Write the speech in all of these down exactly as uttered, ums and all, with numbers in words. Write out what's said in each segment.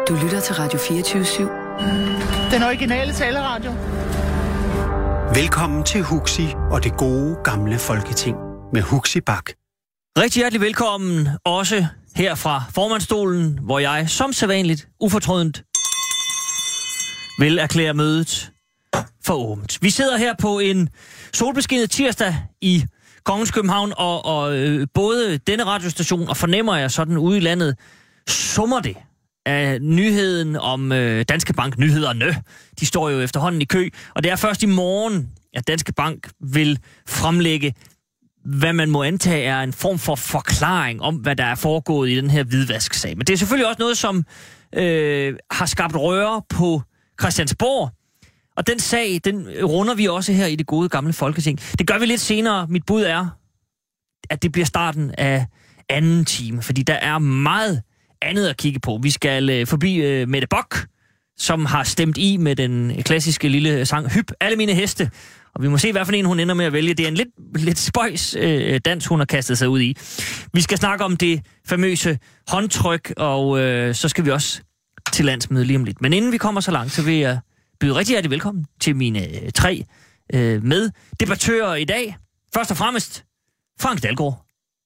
Du lytter til Radio fireogtyve syv. Den originale taleradio. Velkommen til Huxi og det gode gamle Folketing med Huxi Bach. Rigtig hjertelig velkommen også her fra formandsstolen, hvor jeg som sædvanligt ufortrødent vil erklære mødet for åbent. Vi sidder her på en solbeskinnet tirsdag i Kongens København, og, og øh, både denne radiostation og fornemmer jeg sådan ude i landet, summer det af nyheden om øh, Danske Bank. Nyhederne, de står jo efterhånden i kø, og det er først i morgen, at Danske Bank vil fremlægge, hvad man må antage er en form for forklaring om, hvad der er foregået i den her hvidvasksag. Men det er selvfølgelig også noget, som øh, har skabt røre på Christiansborg, og den sag, den runder vi også her i det gode gamle Folketing. Det gør vi lidt senere. Mit bud er, at det bliver starten af anden time, fordi der er meget andet at kigge på. Vi skal øh, forbi øh, Mette Bock, som har stemt i med den klassiske lille sang Hyp, alle mine heste. Og vi må se, hvad for en hun ender med at vælge. Det er en lidt, lidt spøjs øh, dans, hun har kastet sig ud i. Vi skal snakke om det famøse håndtryk, og øh, så skal vi også til landsmøde lige om lidt. Men inden vi kommer så langt, så vil jeg byde rigtig hjertelig velkommen til mine øh, tre øh, meddebattører i dag. Først og fremmest, Frank Dalgaard.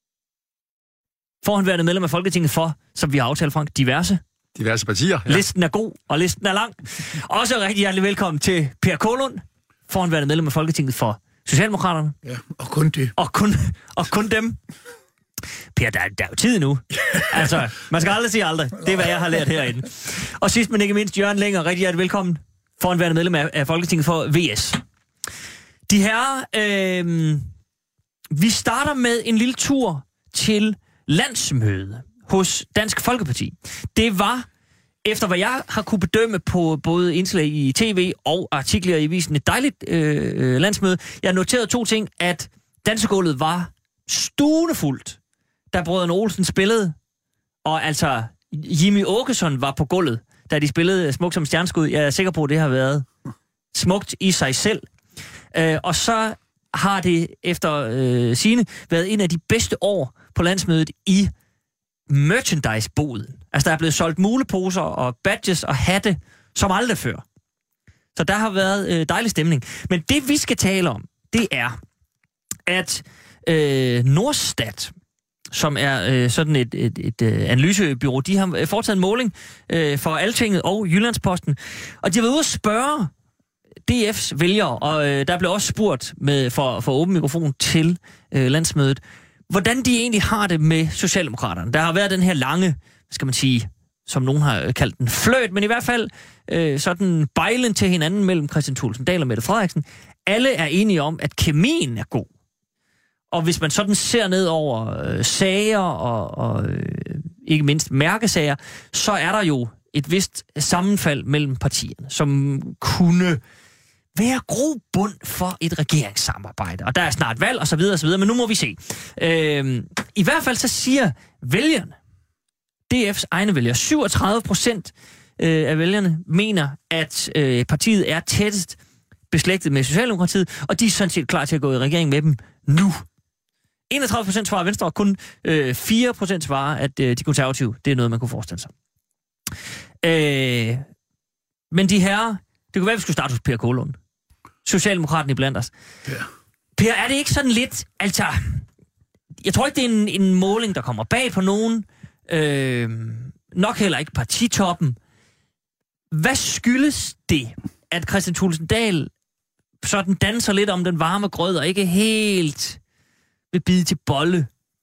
Forhåndværende medlem af Folketinget for, som vi har aftalt, Frank, diverse. Diverse partier, ja. Listen er god, og listen er lang. Også rigtig hjertelig velkommen til Per Kålund, forhåndværende medlem af Folketinget for Socialdemokraterne. Ja, og kun det. Og kun, og kun dem. Per, der, der er jo tid nu. Altså, man skal aldrig sige aldrig. Det er, hvad jeg har lært herinde. Og sidst, men ikke mindst, Jørgen Længer, rigtig hjertelig velkommen, forhåndværende medlem af, af Folketinget for V S. De her, øh, vi starter med en lille tur til landsmøde hos Dansk Folkeparti. Det var, efter hvad jeg har kunne bedømme på både indslag i tv og artikler i avisen, et dejligt øh, landsmøde. Jeg noterede to ting, at dansegulvet var stuende da Brødrene Olsen spillede, og altså Jimmy Åkesson var på gulvet, da de spillede Smukt som stjerneskud. Jeg er sikker på, at det har været smukt i sig selv. Øh, og så har det efter øh, sigende været en af de bedste år på landsmødet i merchandise-boden. Altså, der er blevet solgt muleposer og badges og hatte som aldrig før. Så der har været øh, dejlig stemning. Men det, vi skal tale om, det er, at øh, Norstat, som er øh, sådan et, et, et, et analysebyrå, de har foretaget en måling øh, for Altinget og Jyllandsposten, og de har været ude at spørge D F's vælgere, og øh, der blev også spurgt med, for, for åben mikrofon til øh, landsmødet, hvordan de egentlig har det med Socialdemokraterne. Der har været den her lange, skal man sige, som nogen har kaldt den fløjt, men i hvert fald øh, sådan bejlen til hinanden mellem Kristian Thulesen Dahl og Mette Frederiksen. Alle er enige om, at kemien er god. Og hvis man sådan ser ned over øh, sager og, og øh, ikke mindst mærkesager, så er der jo et vist sammenfald mellem partierne, som kunne være grobund for et regeringssamarbejde. Og der er snart valg, og så videre, og så videre, men nu må vi se. Øh, I hvert fald så siger vælgerne, D F's egne vælgere, syvogtredive procent øh, af vælgerne mener, at øh, partiet er tættest beslægtet med Socialdemokratiet, og de er sådan set klar til at gå i regering med dem nu. enogtredive procent svarer Venstre, og kun øh, fire procent svarer, at øh, de konservative, det er noget, man kunne forestille sig. Øh, men de her, det kunne være, at vi skulle starte hos Per Kålund. Socialdemokraten i blandt os. Ja. Per, er det ikke sådan lidt, altså, jeg tror ikke, det er en, en måling, der kommer bag på nogen, øh, nok heller ikke partitoppen. Hvad skyldes det, at Kristian Thulesen Dahl sådan danser lidt om den varme grød, og ikke helt vil bide til bolle?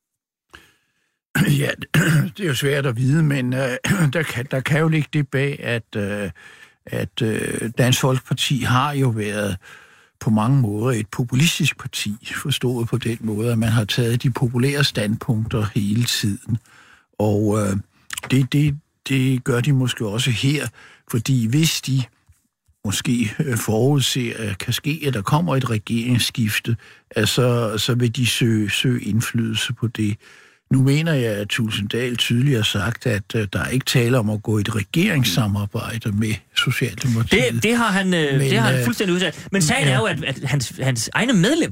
Ja, det er jo svært at vide, men øh, der, kan, der kan jo ligge det bag, at, øh, at øh, Dansk Folkeparti har jo været på mange måder et populistisk parti, forstået på den måde, at man har taget de populære standpunkter hele tiden. Og øh, det, det, det gør de måske også her, fordi hvis de måske forudser, at kan ske, at der kommer et regeringsskifte, at så, så vil de søge, søge indflydelse på det. Nu mener jeg, at Thulesen Dahl tydeligt har sagt, at uh, der er ikke tale om at gå i et regeringssamarbejde med Socialdemokratiet. Det, det har han, øh, Men, det har han fuldstændig udsat. Men sagen ja. er jo, at, at hans, hans egne medlemmer,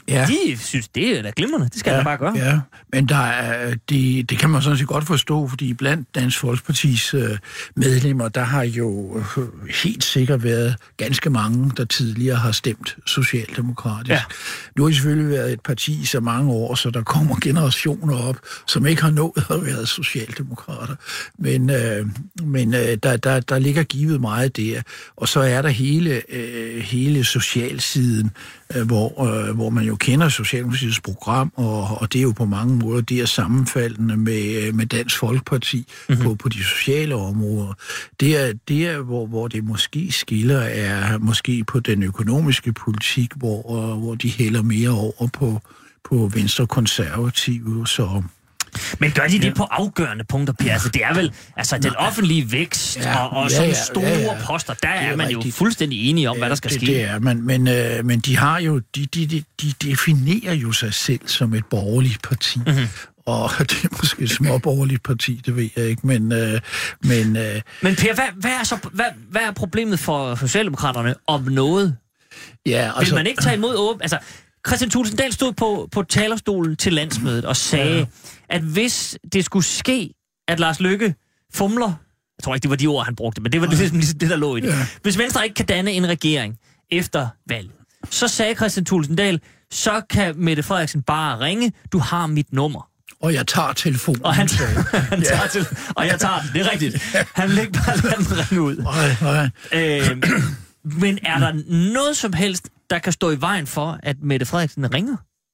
Ja. De synes, det er da glimrende. Det skal ja, jeg bare gøre. Ja, men der er, det, det kan man sådan set godt forstå, fordi blandt Dansk Folkepartis øh, medlemmer, der har jo øh, helt sikkert været ganske mange, der tidligere har stemt socialdemokratisk. Ja. Nu har det selvfølgelig været et parti i så mange år, så der kommer generationer op, som ikke har nået at være socialdemokrater. Men, øh, men øh, der, der, der ligger givet meget der. Og så er der hele, øh, hele socialsiden, øh, hvor, øh, hvor man jo kender Socialdemokratiets program, og, og det er jo på mange måder, det er sammenfaldende med, med Dansk Folkeparti mm-hmm. på, på de sociale områder. Det er, det er hvor, hvor det måske skiller, er måske på den økonomiske politik, hvor, hvor de hælder mere over på, på venstre-konservative, så... Men gør de det på afgørende punkter, Per? Altså, det er vel altså, den offentlige vækst ja, og, og sådan ja, ja, store ja, ja. poster, der er, er man rigtigt. jo fuldstændig enige om, ja, hvad der skal det, ske. Det er man, men, øh, men de har jo, de, de, de, de definerer jo sig selv som et borgerligt parti. Mm-hmm. Og det er måske et småborgerligt parti, det ved jeg ikke, men... Øh, men, øh, men Per, hvad, hvad, er så, hvad, hvad er problemet for Socialdemokraterne om noget? Ja, altså, vil man ikke tage imod åbent? Altså, Kristian Thulesen Dahl stod på, på talerstolen til landsmødet og sagde, ja. at hvis det skulle ske, at Lars Løkke fumler, jeg tror ikke, det var de ord, han brugte, men det var ja. ligesom det, der lå i det. Ja. Hvis Venstre ikke kan danne en regering efter valget, så sagde Kristian Thulesen Dahl, så kan Mette Frederiksen bare ringe, du har mit nummer. Og jeg tager telefonen. Og, han, han tager ja. til, og jeg tager den, det er rigtigt. Han vil ikke bare lade den ringe ud. Nej, nej. Øh, men er der noget som helst, der kan stå i vejen for, at Mette Frederiksen ringer?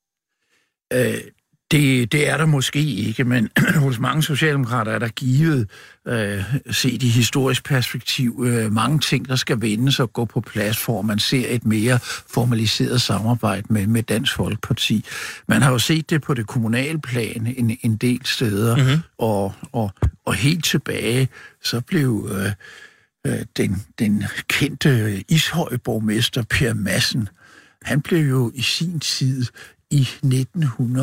Øh, det, det er der måske ikke, men hos mange socialdemokrater er der givet, øh, set i historisk perspektiv, øh, mange ting, der skal vendes og gå på plads, for man ser et mere formaliseret samarbejde med, med Dansk Folkeparti. Man har jo set det på det kommunale plan en, en del steder, mm-hmm. og, og, og helt tilbage, så blev... Øh, Den, den kendte Ishøj-borgmester Per Madsen, han blev jo i sin tid i nitten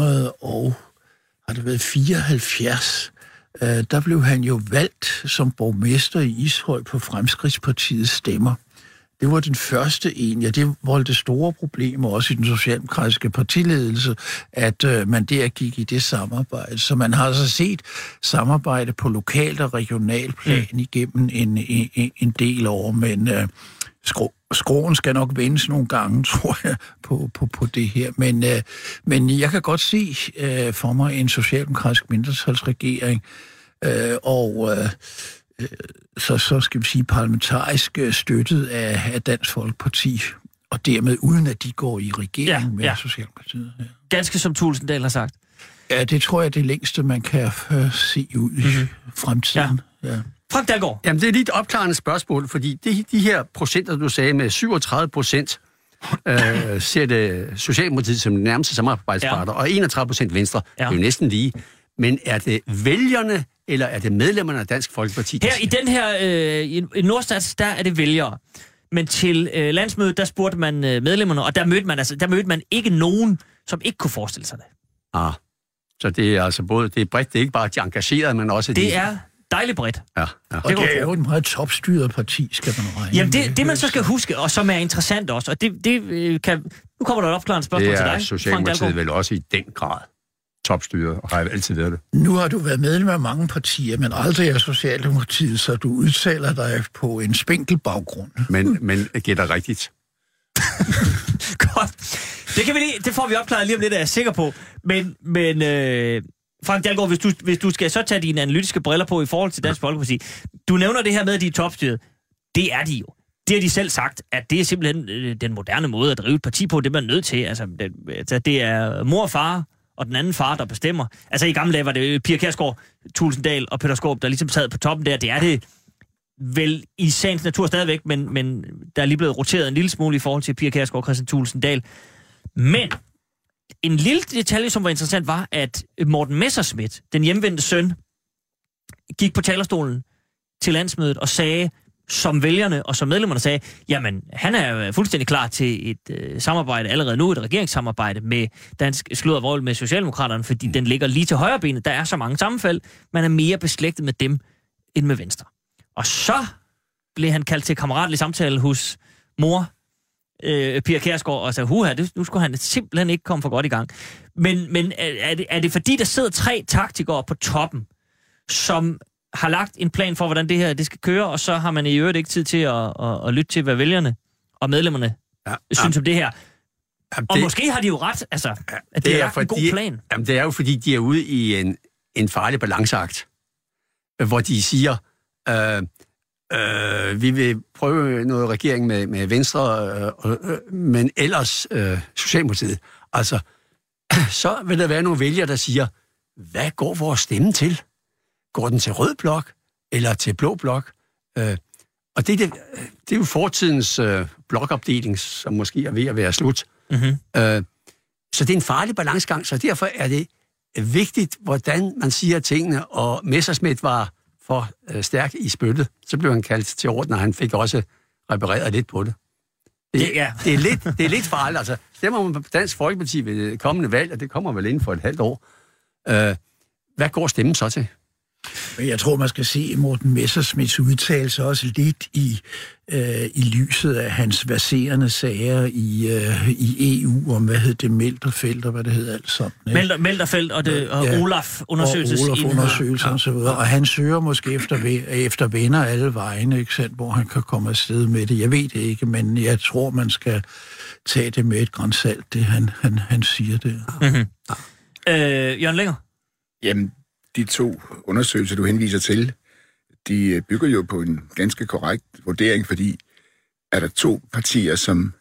fireoghalvfjerds, øh, der blev han jo valgt som borgmester i Ishøj på Fremskridtspartiets stemmer. Det var den første en, ja, det voldte store problemer også i den socialdemokratiske partiledelse, at øh, man der gik i det samarbejde. Så man har altså set samarbejde på lokalt og regionalt plan mm. igennem en, en, en del år, men øh, skrå, skråen skal nok vendes nogle gange, tror jeg, på, på, på det her. Men, øh, men jeg kan godt se øh, for mig en socialdemokratisk mindretalsregering, øh, og... Øh, Så, så skal vi sige parlamentarisk støttet af, af Dansk Folkeparti, og dermed uden at de går i regering ja, med ja. Socialdemokratiet. Ja. Ganske som Thulesen Dahl har sagt. Ja, det tror jeg er det længste, man kan uh, se ud i mm-hmm. fremtiden. Ja. Ja. Frank Dalgaard. Jamen, det er lige et opklarende spørgsmål, fordi de, de her procenter, du sagde med syvogtredive procent, øh, ser det Socialdemokratiet som den nærmeste samarbejdspartner, ja. og enogtredive procent Venstre. Ja. Det er jo næsten lige. Men er det vælgerne, eller er det medlemmerne af Dansk Folkeparti? Her i den her, øh, i Nordstats, der er det vælgere. Men til øh, landsmødet, der spurgte man øh, medlemmerne, og der mødte man altså, der mødte man ikke nogen, som ikke kunne forestille sig det. Ah, så det er altså både, det er bredt, det er ikke bare de engagerede, men også det de... er dejligt bredt. Ja, ja. Og det, det er jo et meget topstyret parti, skal man regne. Jamen det, det man så skal huske, og som er interessant også, og det, det kan... Nu kommer der et opklarende spørgsmål til dig, Det er Socialdemokratiet vel også i den grad topstyret, og har altid været det. Nu har du været medlem af mange partier, men aldrig af Socialdemokratiet, så du udtaler dig på en spinkel baggrund. Men, men gætter rigtigt. Godt. Det, kan vi lige, det får vi opklaret lige om lidt, er jeg sikker på. Men, men øh, Frank Dalgaard, hvis du, hvis du skal så tage dine analytiske briller på i forhold til Dansk Folkeparti. Du nævner det her med, at de er topstyret. Det er de jo. Det har de selv sagt, at det er simpelthen øh, den moderne måde at drive et parti på, det man er nødt til. Altså, det, altså, det er mor og far, og den anden far, der bestemmer. Altså i gamle dage var det Pia Kjærsgaard, Thulesen Dahl og Peter Skaarup, der ligesom sad på toppen der. Det er det vel i sagens natur stadigvæk, men, men der er lige blevet roteret en lille smule i forhold til Pia Kjærsgaard og Kristian Thulesen Dahl. Men en lille detalje, som var interessant, var, at Morten Messerschmidt, den hjemvendte søn, gik på talerstolen til landsmødet og sagde, som vælgerne og som medlemmerne sagde, jamen, han er fuldstændig klar til et øh, samarbejde allerede nu, et regeringssamarbejde med Dansk Sluddervold med Socialdemokraterne, fordi den ligger lige til højre benet. Der er så mange sammenfald. Man er mere beslægtet med dem end med Venstre. Og så blev han kaldt til kammeratlig samtale hos mor øh, Pia Kjærsgaard og sagde, huha, det, nu skulle han simpelthen ikke komme for godt i gang. Men, men er, det, er det fordi, der sidder tre taktikere på toppen, som har lagt en plan for, hvordan det her det skal køre, og så har man i øvrigt ikke tid til at, at, at lytte til, hvad vælgerne og medlemmerne ja, synes ja. om det her. Jamen, og det, måske har de jo ret, altså, at det, det er, er en god plan. Jamen, det er jo fordi, de er ude i en, en farlig balanceakt, hvor de siger, øh, øh, vi vil prøve noget regering med, med Venstre, øh, øh, men ellers øh, Socialdemokratiet. Altså, så vil der være nogle vælgere, der siger, hvad går vores stemme til? Går den til rød blok, eller til blå blok? Øh, og det, det, det er jo fortidens øh, blokopdeling, som måske er ved at være slut. Mm-hmm. Øh, så det er en farlig balancegang, så derfor er det vigtigt, hvordan man siger tingene, og Messerschmidt var for øh, stærk i spyttet. Så blev han kaldt til orden, og han fik også repareret lidt på det. Det, det, ja. det, er, lidt, det er lidt farligt. Altså, stemmer man på Dansk Folkeparti ved det kommende valg, og det kommer vel inden for et halvt år, øh, hvad går stemmen så til? Men jeg tror, man skal se Morten Messerschmidts udtalelse også lidt i, øh, i lyset af hans verserende sager i, øh, i E U om, hvad hed det, Melterfelt og hvad det hedder alt sammen. Melter, Melterfelt og, det, og ja, Olaf-undersøgelses. Og Olaf-undersøgelser og så videre. Og han søger måske efter, efter venner alle vegne, ikke sandt, hvor han kan komme afsted med det. Jeg ved det ikke, men jeg tror, man skal tage det med et gran salt, det han, han, han siger det. Mm-hmm. Øh, Jørgen Lenger? Jamen, de to undersøgelser, du henviser til, de bygger jo på en ganske korrekt vurdering, fordi er der to partier, som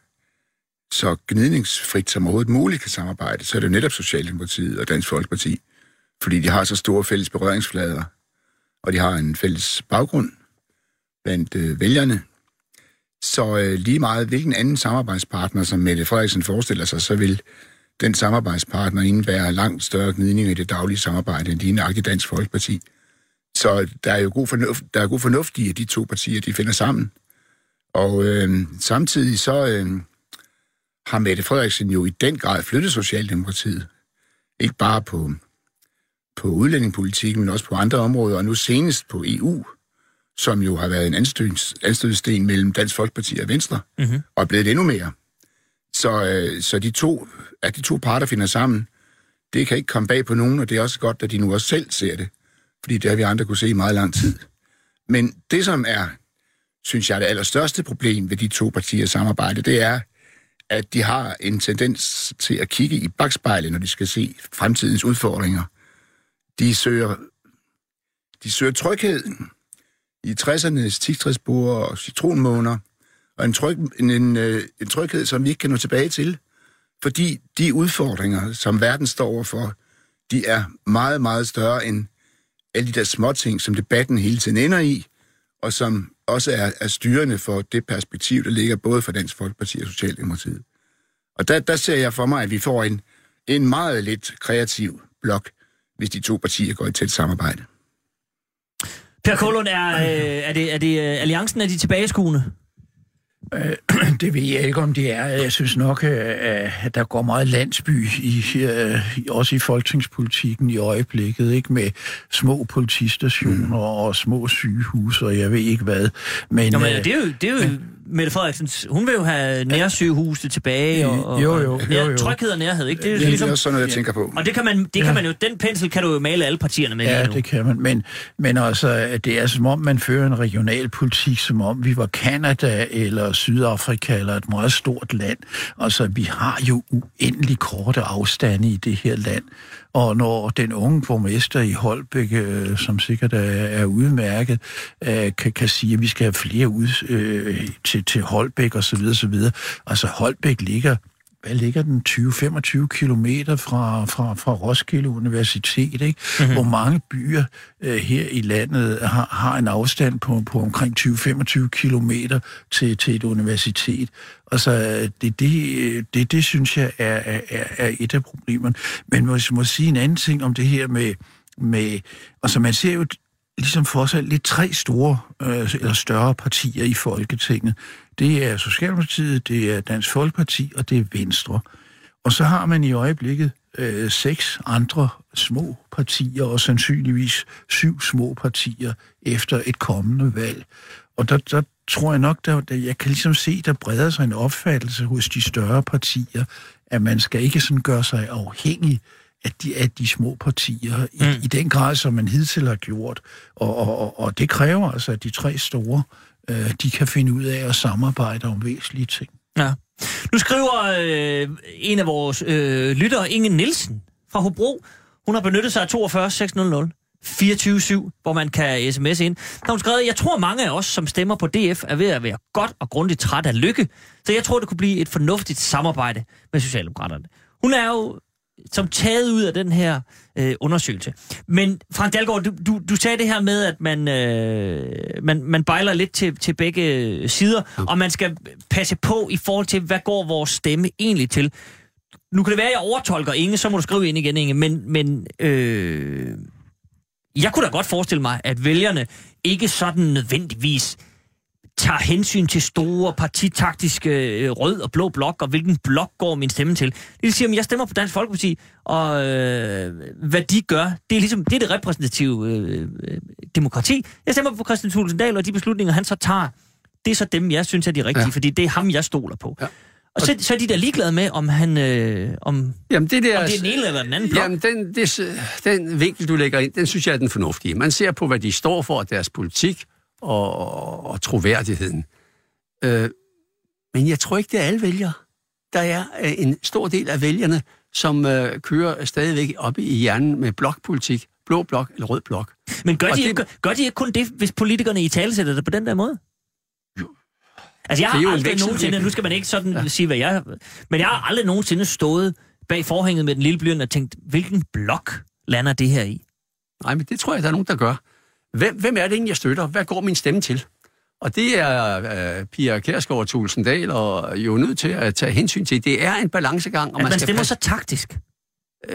så gnidningsfrit som overhovedet muligt kan samarbejde, så er det jo netop Socialdemokratiet og Dansk Folkeparti, fordi de har så store fælles berøringsflader, og de har en fælles baggrund blandt øh, vælgerne. Så øh, lige meget, hvilken anden samarbejdspartner, som Mette Frederiksen forestiller sig, så vil den samarbejdspartner indebærer langt større gnidning i det daglige samarbejde end lige nøjagtigt Dansk Folkeparti. Så der er jo god fornuft, der er god fornuft i, at de to partier de finder sammen. Og øh, samtidig så øh, har Mette Frederiksen jo i den grad flyttet Socialdemokratiet. Ikke bare på, på udlændingepolitikken, men også på andre områder, og nu senest på E U, som jo har været en anstødssten mellem Dansk Folkeparti og Venstre, mm-hmm. og er blevet endnu mere. Så, øh, så de to, at de to parter finder sammen, det kan ikke komme bag på nogen, og det er også godt, at de nu også selv ser det. Fordi det har vi andre kunne se i meget lang tid. Men det, som er, synes jeg, det allerstørste problem ved de to partiers samarbejde, det er, at de har en tendens til at kigge i bakspejlet, når de skal se fremtidens udfordringer. De søger, de søger tryghed i tressernes tigtræsbord og citronmåner, og en, tryg, en, en, en tryghed, som vi ikke kan nå tilbage til, fordi de udfordringer, som verden står overfor, de er meget, meget større end alle de der småting, som debatten hele tiden ender i, og som også er, er styrende for det perspektiv, der ligger både for Dansk Folkeparti og Socialdemokratiet. Og der, der ser jeg for mig, at vi får en, en meget lidt kreativ blok, hvis de to partier går i tæt samarbejde. Per Kålund, er, er, det, er det alliancen af de tilbageskuende? Det ved jeg ikke, om det er. Jeg synes nok, at der går meget landsby, i, også i folketingspolitikken i øjeblikket, ikke, med små politistationer mm. og små sygehuse, og jeg ved ikke hvad. Men, Nå, men det er jo, det er jo men, Mette Frederiksen, hun vil jo have nærsygehuse tilbage, og, og, jo, jo, jo, jo. tryghed og nærhed, ikke? Det er, det er ligesom, også sådan noget, jeg tænker på. Og det kan man, det ja. kan man jo, den pensel kan du jo male alle partierne med. Ja, det kan man, men, men altså, det er som om, man fører en regionalpolitik, som om vi var Canada eller Sydafrika eller et meget stort land. Altså, vi har jo uendelig korte afstande i det her land. Og når den unge borgmester i Holbæk, øh, som sikkert er, er udmærket, øh, kan, kan sige, at vi skal have flere ud øh, til, til Holbæk og så videre, så videre. Altså Holbæk ligger, hvad ligger den, tyve til femogtyve kilometer fra, fra, fra Roskilde Universitet, ikke? Mm-hmm. Hvor mange byer øh, her i landet har, har en afstand på, på omkring tyve til femogtyve kilometer til, til et universitet. Altså, det, det, det, det synes jeg er, er, er et af problemerne. Men man må sige en anden ting om det her med, med altså man ser jo ligesom for sig lidt tre store øh, eller større partier i Folketinget. Det er Socialdemokratiet, det er Dansk Folkeparti, og det er Venstre. Og så har man i øjeblikket øh, seks andre små partier, og sandsynligvis syv små partier efter et kommende valg. Og der, der tror jeg nok, der, der, jeg kan ligesom se, der breder sig en opfattelse hos de større partier, at man skal ikke sådan gøre sig afhængig af de, af de små partier i, mm. i den grad, som man hidtil har gjort. Og, og, og det kræver altså, at de tre store, øh, de kan finde ud af at samarbejde om væsentlige ting. Ja. Nu skriver øh, en af vores øh, lyttere, Inge Nielsen fra Hobro. Hun har benyttet sig af toogfyrre seks hundrede fireogtyve syv, hvor man kan sms'e ind. Der har hun skrevet, jeg tror mange af os, som stemmer på D F, er ved at være godt og grundigt træt af Lykke. Så jeg tror, det kunne blive et fornuftigt samarbejde med Socialdemokraterne. Hun er jo som taget ud af den her øh, undersøgelse. Men Frank Dalgaard, du, du, du sagde det her med, at man, øh, man, man bejler lidt til, til begge sider, og man skal passe på i forhold til, hvad går vores stemme egentlig til. Nu kan det være, at jeg overtolker Inge, så må du skrive ind igen, Inge, men, men øh, jeg kunne da godt forestille mig, at vælgerne ikke sådan nødvendigvis tager hensyn til store partitaktiske øh, rød og blå blok, og hvilken blok går min stemme til. Det vil sige, at jeg stemmer på Dansk Folkeparti, og øh, hvad de gør, det er ligesom det, er det repræsentative øh, demokrati. Jeg stemmer på Kristian Thulesen Dahl, og de beslutninger, han så tager, det er så dem, jeg synes er de rigtige, ja. Fordi det er ham, jeg stoler på. Ja. Og så, så er de der ligeglade med, om han øh, om, jamen det der, om det er den ene eller den anden blok. Jamen, den, det, den vinkel, du lægger ind, den synes jeg er den fornuftige. Man ser på, hvad de står for, deres politik og, og troværdigheden. Øh, men jeg tror ikke, det er alle vælgere. Der er øh, en stor del af vælgerne, som øh, kører stadigvæk op i hjernen med blokpolitik, blå blok eller rød blok. Men gør de, det, ikke, gør de ikke kun det, hvis politikerne i tale sætter det på den der måde? Jo. Altså, jeg har aldrig nogensinde, nu skal man ikke sådan ja. sige, hvad jeg... Men jeg har aldrig nogensinde stået bag forhænget med den lille blyant og tænkt, hvilken blok lander det her i? Nej, men det tror jeg, der er nogen, der gør. Hvem, hvem er det egentlig, jeg støtter? Hvad går min stemme til? Og det er uh, Pia Kjærsgaard Thulesen Dahl og jo nødt til at tage hensyn til. Det er en balancegang. Og at man, man stemmer passe... så taktisk? Øh,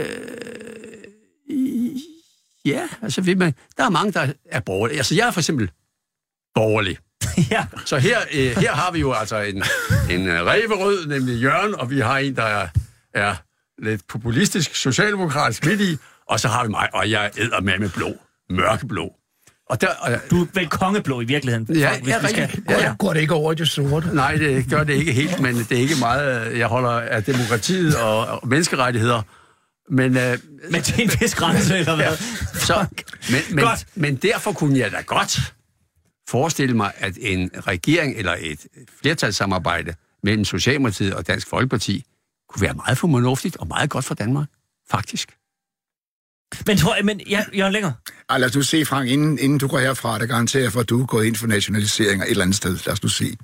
ja, altså ved man, der er mange, der er borgerlige. Altså, jeg er for eksempel borgerlig. Ja. Så her, øh, her har vi jo altså en, en ræverød, nemlig Jørgen, og vi har en, der er, er lidt populistisk, socialdemokratisk midt i, og så har vi mig, og jeg æder med med blå, mørkeblå. Og der, og, du er vel kongeblå i virkeligheden? Ja, ja, ja, skal... ja, ja. Går det ikke over i det sorte? Nej, det gør det ikke helt, men det er ikke meget, jeg holder af demokratiet og, og menneskerettigheder. Men, øh, men til en vis grænse, eller hvad? Ja, så, men, men, men derfor kunne jeg da godt forestille mig, at en regering eller et flertalssamarbejde mellem Socialdemokratiet og Dansk Folkeparti kunne være meget fornuftigt og meget godt for Danmark, faktisk. Men tror jeg, men ja, Jørgen Længer? Ej, lad os nu se, Frank, inden, inden du går herfra, der garanterer for, at du er gået ind for nationalisering et eller andet sted. Lad os nu se.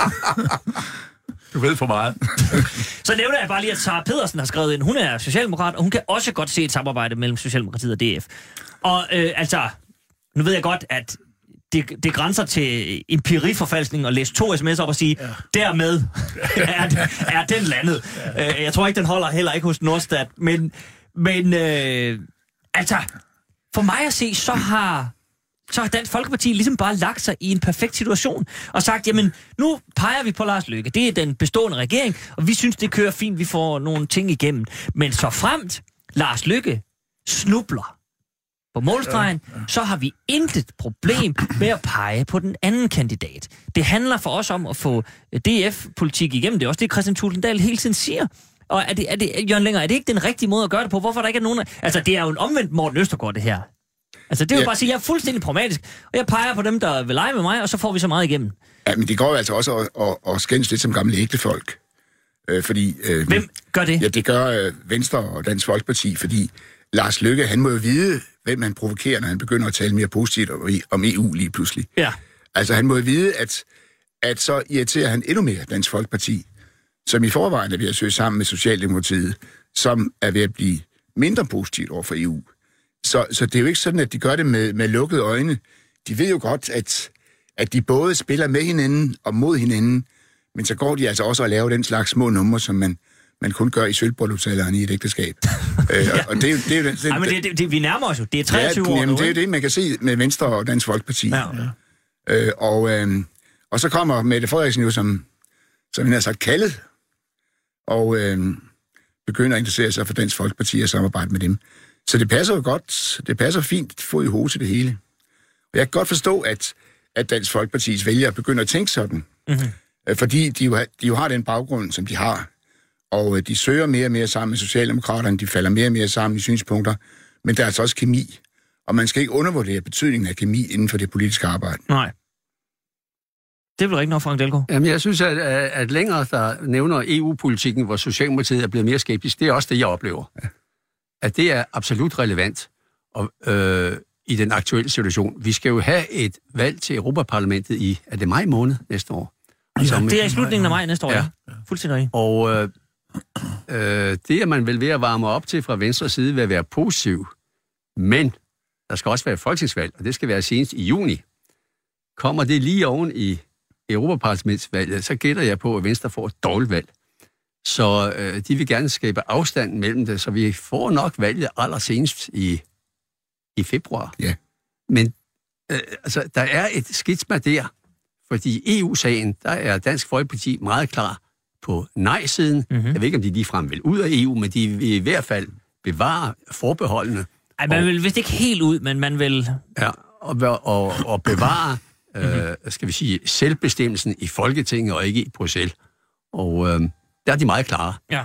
Du ved for meget. Så nævner jeg bare lige, at Sara Pedersen har skrevet ind. Hun er socialdemokrat, og hun kan også godt se et samarbejde mellem Socialdemokratiet og D F. Og øh, altså, nu ved jeg godt, at det, det grænser til empiriforfalskning at læse to sms'er op og sige, ja. dermed er, er den landet. Ja. Jeg tror ikke, den holder heller ikke hos Nordstat, men, men øh, altså, for mig at se, så har, så har Dansk Folkeparti ligesom bare lagt sig i en perfekt situation og sagt, jamen, nu peger vi på Lars Løkke. Det er den bestående regering, og vi synes, det kører fint, vi får nogle ting igennem. Men så fremt Lars Løkke snubler på målstregen, ja, ja. så har vi intet problem med at pege på den anden kandidat. Det handler for os om at få D F-politik igennem. Det er også det, Kristian Thulesen Dahl hele tiden siger. Og er det, er det, Jørgen Længer, er det ikke den rigtige måde at gøre det på? Hvorfor der ikke er nogen... Altså, det er jo en omvendt Morten Østergaard, det her. Altså, det er jo ja. bare at sige, jeg er fuldstændig pragmatisk, og jeg peger på dem, der vil lege med mig, og så får vi så meget igennem. Ja, men det går jo altså også at, at, at skændes lidt som gamle ægtefolk. Øh, fordi... Øh, Hvem gør det? Ja, det gør øh, Venstre og Dansk Folkeparti, fordi Lars Løkke, han må jo vide, hvem han provokerer, når han begynder at tale mere positivt om E U lige pludselig. Ja. Altså, han må jo vide, at, at så irriterer han endnu mere Dansk Folkeparti, som i forvejen er ved at søge sammen med Socialdemokratiet, som er ved at blive mindre positivt over for E U. Så, så det er jo ikke sådan, at de gør det med, med lukkede øjne. De ved jo godt, at, at de både spiller med hinanden og mod hinanden, men så går de altså også og laver den slags små numre, som man, man kun gør i sølvbryllupsalderen i et ægteskab. øh, ja. Og det er jo... Det er jo det, Ej, men det, det, det, vi nærmer os jo. Det er treogtyve ja, år jamen, nu, det er jo det, man kan se med Venstre og Dansk Folkeparti. Ja. Øh, og, øh, og så kommer Mette Frederiksen jo, som, som han har sagt, kaldet, og øh, begynder at interessere sig for Dansk Folkeparti og samarbejde med dem. Så det passer jo godt, det passer fint, få i hovedet til det hele. Og jeg kan godt forstå, at, at Dansk Folkepartis vælgere begynder at tænke sådan. Mm-hmm. Fordi de jo, har, de jo har den baggrund, som de har. Og de søger mere og mere sammen med Socialdemokraterne, de falder mere og mere sammen i synspunkter, men der er altså også kemi. Og man skal ikke undervurdere betydningen af kemi inden for det politiske arbejde. Nej. Det er vel rigtig nok, Frank Dalgaard? Jamen, jeg synes, at, at længere, der nævner E U-politikken, hvor Socialdemokratiet er blevet mere skeptisk, det er også det, jeg oplever. Ja. At det er absolut relevant og, øh, i den aktuelle situation. Vi skal jo have et valg til Europaparlamentet i, er det maj måned næste år? Altså, ja, det er i slutningen af maj næste år, ja. ja. Fuldstændig rigtigt. Og øh, øh, det er man vel ved at varme op til fra venstre side ved at være positiv. Men der skal også være folketingsvalg, og det skal være senest i juni. Kommer det lige oven i Europaparlamentsvalget, så gætter jeg på, at Venstre får et dårligt valg. Så øh, de vil gerne skabe afstand mellem det, så vi får nok valget allersenest i, i februar. Ja. Men øh, altså, der er et skitsma der, fordi E U-sagen, der er Dansk Folkeparti meget klar på nej-siden. Mm-hmm. Jeg ved ikke, om de ligefrem vil ud af E U, men de vil i hvert fald bevare forbeholdene. Ej, man vil vist ikke helt ud, men man vil... Ja, og, og, og bevare, øh, skal vi sige, selvbestemmelsen i Folketinget og ikke i Bruxelles. Og øh, der er de meget klare. Ja.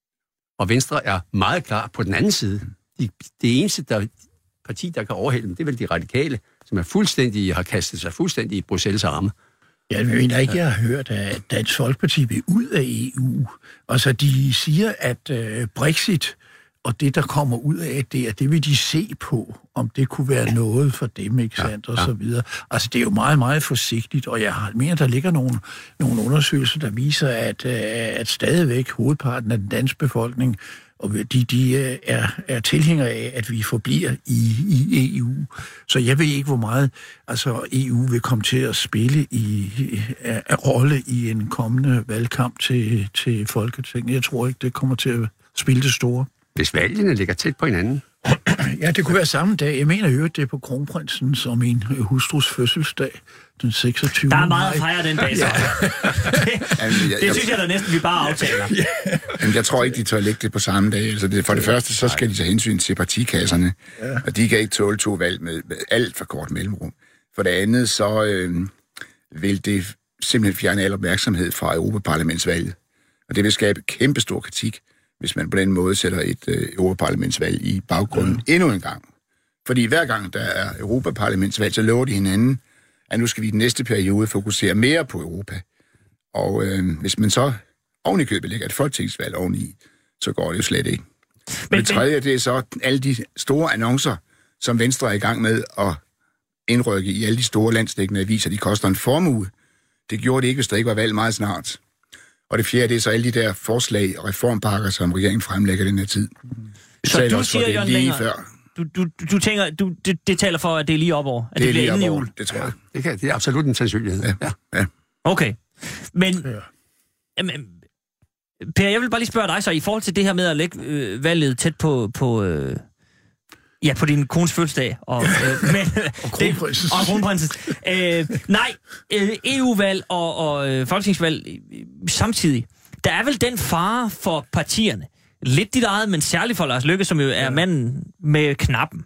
Og Venstre er meget klar på den anden side. De, det eneste der, parti, der kan overhælde dem, det er vel de radikale, som er fuldstændig, har kastet sig fuldstændig i Bruxelles arme. Jeg mener ikke, jeg har hørt, at Dansk Folkeparti vil ud af E U. Altså, de siger, at øh, Brexit og det, der kommer ud af det, det vil de se på, om det kunne være noget for dem, ikke sandt, ja, ja. og så videre. Altså, det er jo meget, meget forsigtigt, og jeg har mere, der ligger nogle, nogle undersøgelser, der viser, at, at stadigvæk hovedparten af den danske befolkning, og de, de er, er tilhængere af, at vi forbliver i, i E U. Så jeg ved ikke, hvor meget altså, E U vil komme til at spille i, af, af rolle i en kommende valgkamp til, til Folketinget. Jeg tror ikke, det kommer til at spille det store. Hvis valgene ligger tæt på hinanden? Ja, det kunne være samme dag. Jeg mener jo, at det er på kronprinsens og min hustrus fødselsdag, den seksogtyvende Der er meget at fejre den dag, så. Ja. det, Jamen, jeg, det synes jeg da næsten, vi bare aftaler. Ja. Jamen, jeg tror ikke, de tør lægge det på samme dag. Altså, det, for det første, så skal de tage hensyn til partikasserne, ja. og de kan ikke tåle to valg med, med alt for kort mellemrum. For det andet, så øh, vil det simpelthen fjerne al opmærksomhed fra Europaparlamentsvalget. Og det vil skabe kæmpestor kritik, hvis man på den måde sætter et øh, Europaparlamentsvalg i baggrunden ja. endnu en gang. Fordi hver gang der er Europaparlamentsvalg, så lover de hinanden, at nu skal vi i den næste periode fokusere mere på Europa. Og øh, hvis man så oven i købet lægger et folketingsvalg oveni, så går det jo slet ikke. Men, det tredje, det er så alle de store annoncer, som Venstre er i gang med at indrykke i alle de store landsdækkende aviser. De koster en formue. Det gjorde det ikke, hvis der ikke var valg meget snart. Og det fjerde, det er så alle de der forslag og reformpakker, som regeringen fremlægger den her tid. Det så du siger, Jørgen Længer, du, du, du tænker, du, det, det taler for, at det er lige op over, at det, det bliver inden jul? Det tror jeg. Ja, det, kan, det er absolut en sandsynlighed. Ja. Ja. Ja. Okay. Men, jamen, Per, jeg vil bare lige spørge dig så, i forhold til det her med at lægge øh, valget tæt på... på øh, Ja, på din kones fødselsdag. Og, øh, men, og kronprinsens. Og kronprinsens. Øh, nej, øh, E U-valg og, og øh, folketingsvalg øh, samtidig. Der er vel den fare for partierne, lidt dit eget, men særligt for Lars Løkke, som jo er ja. manden med knappen,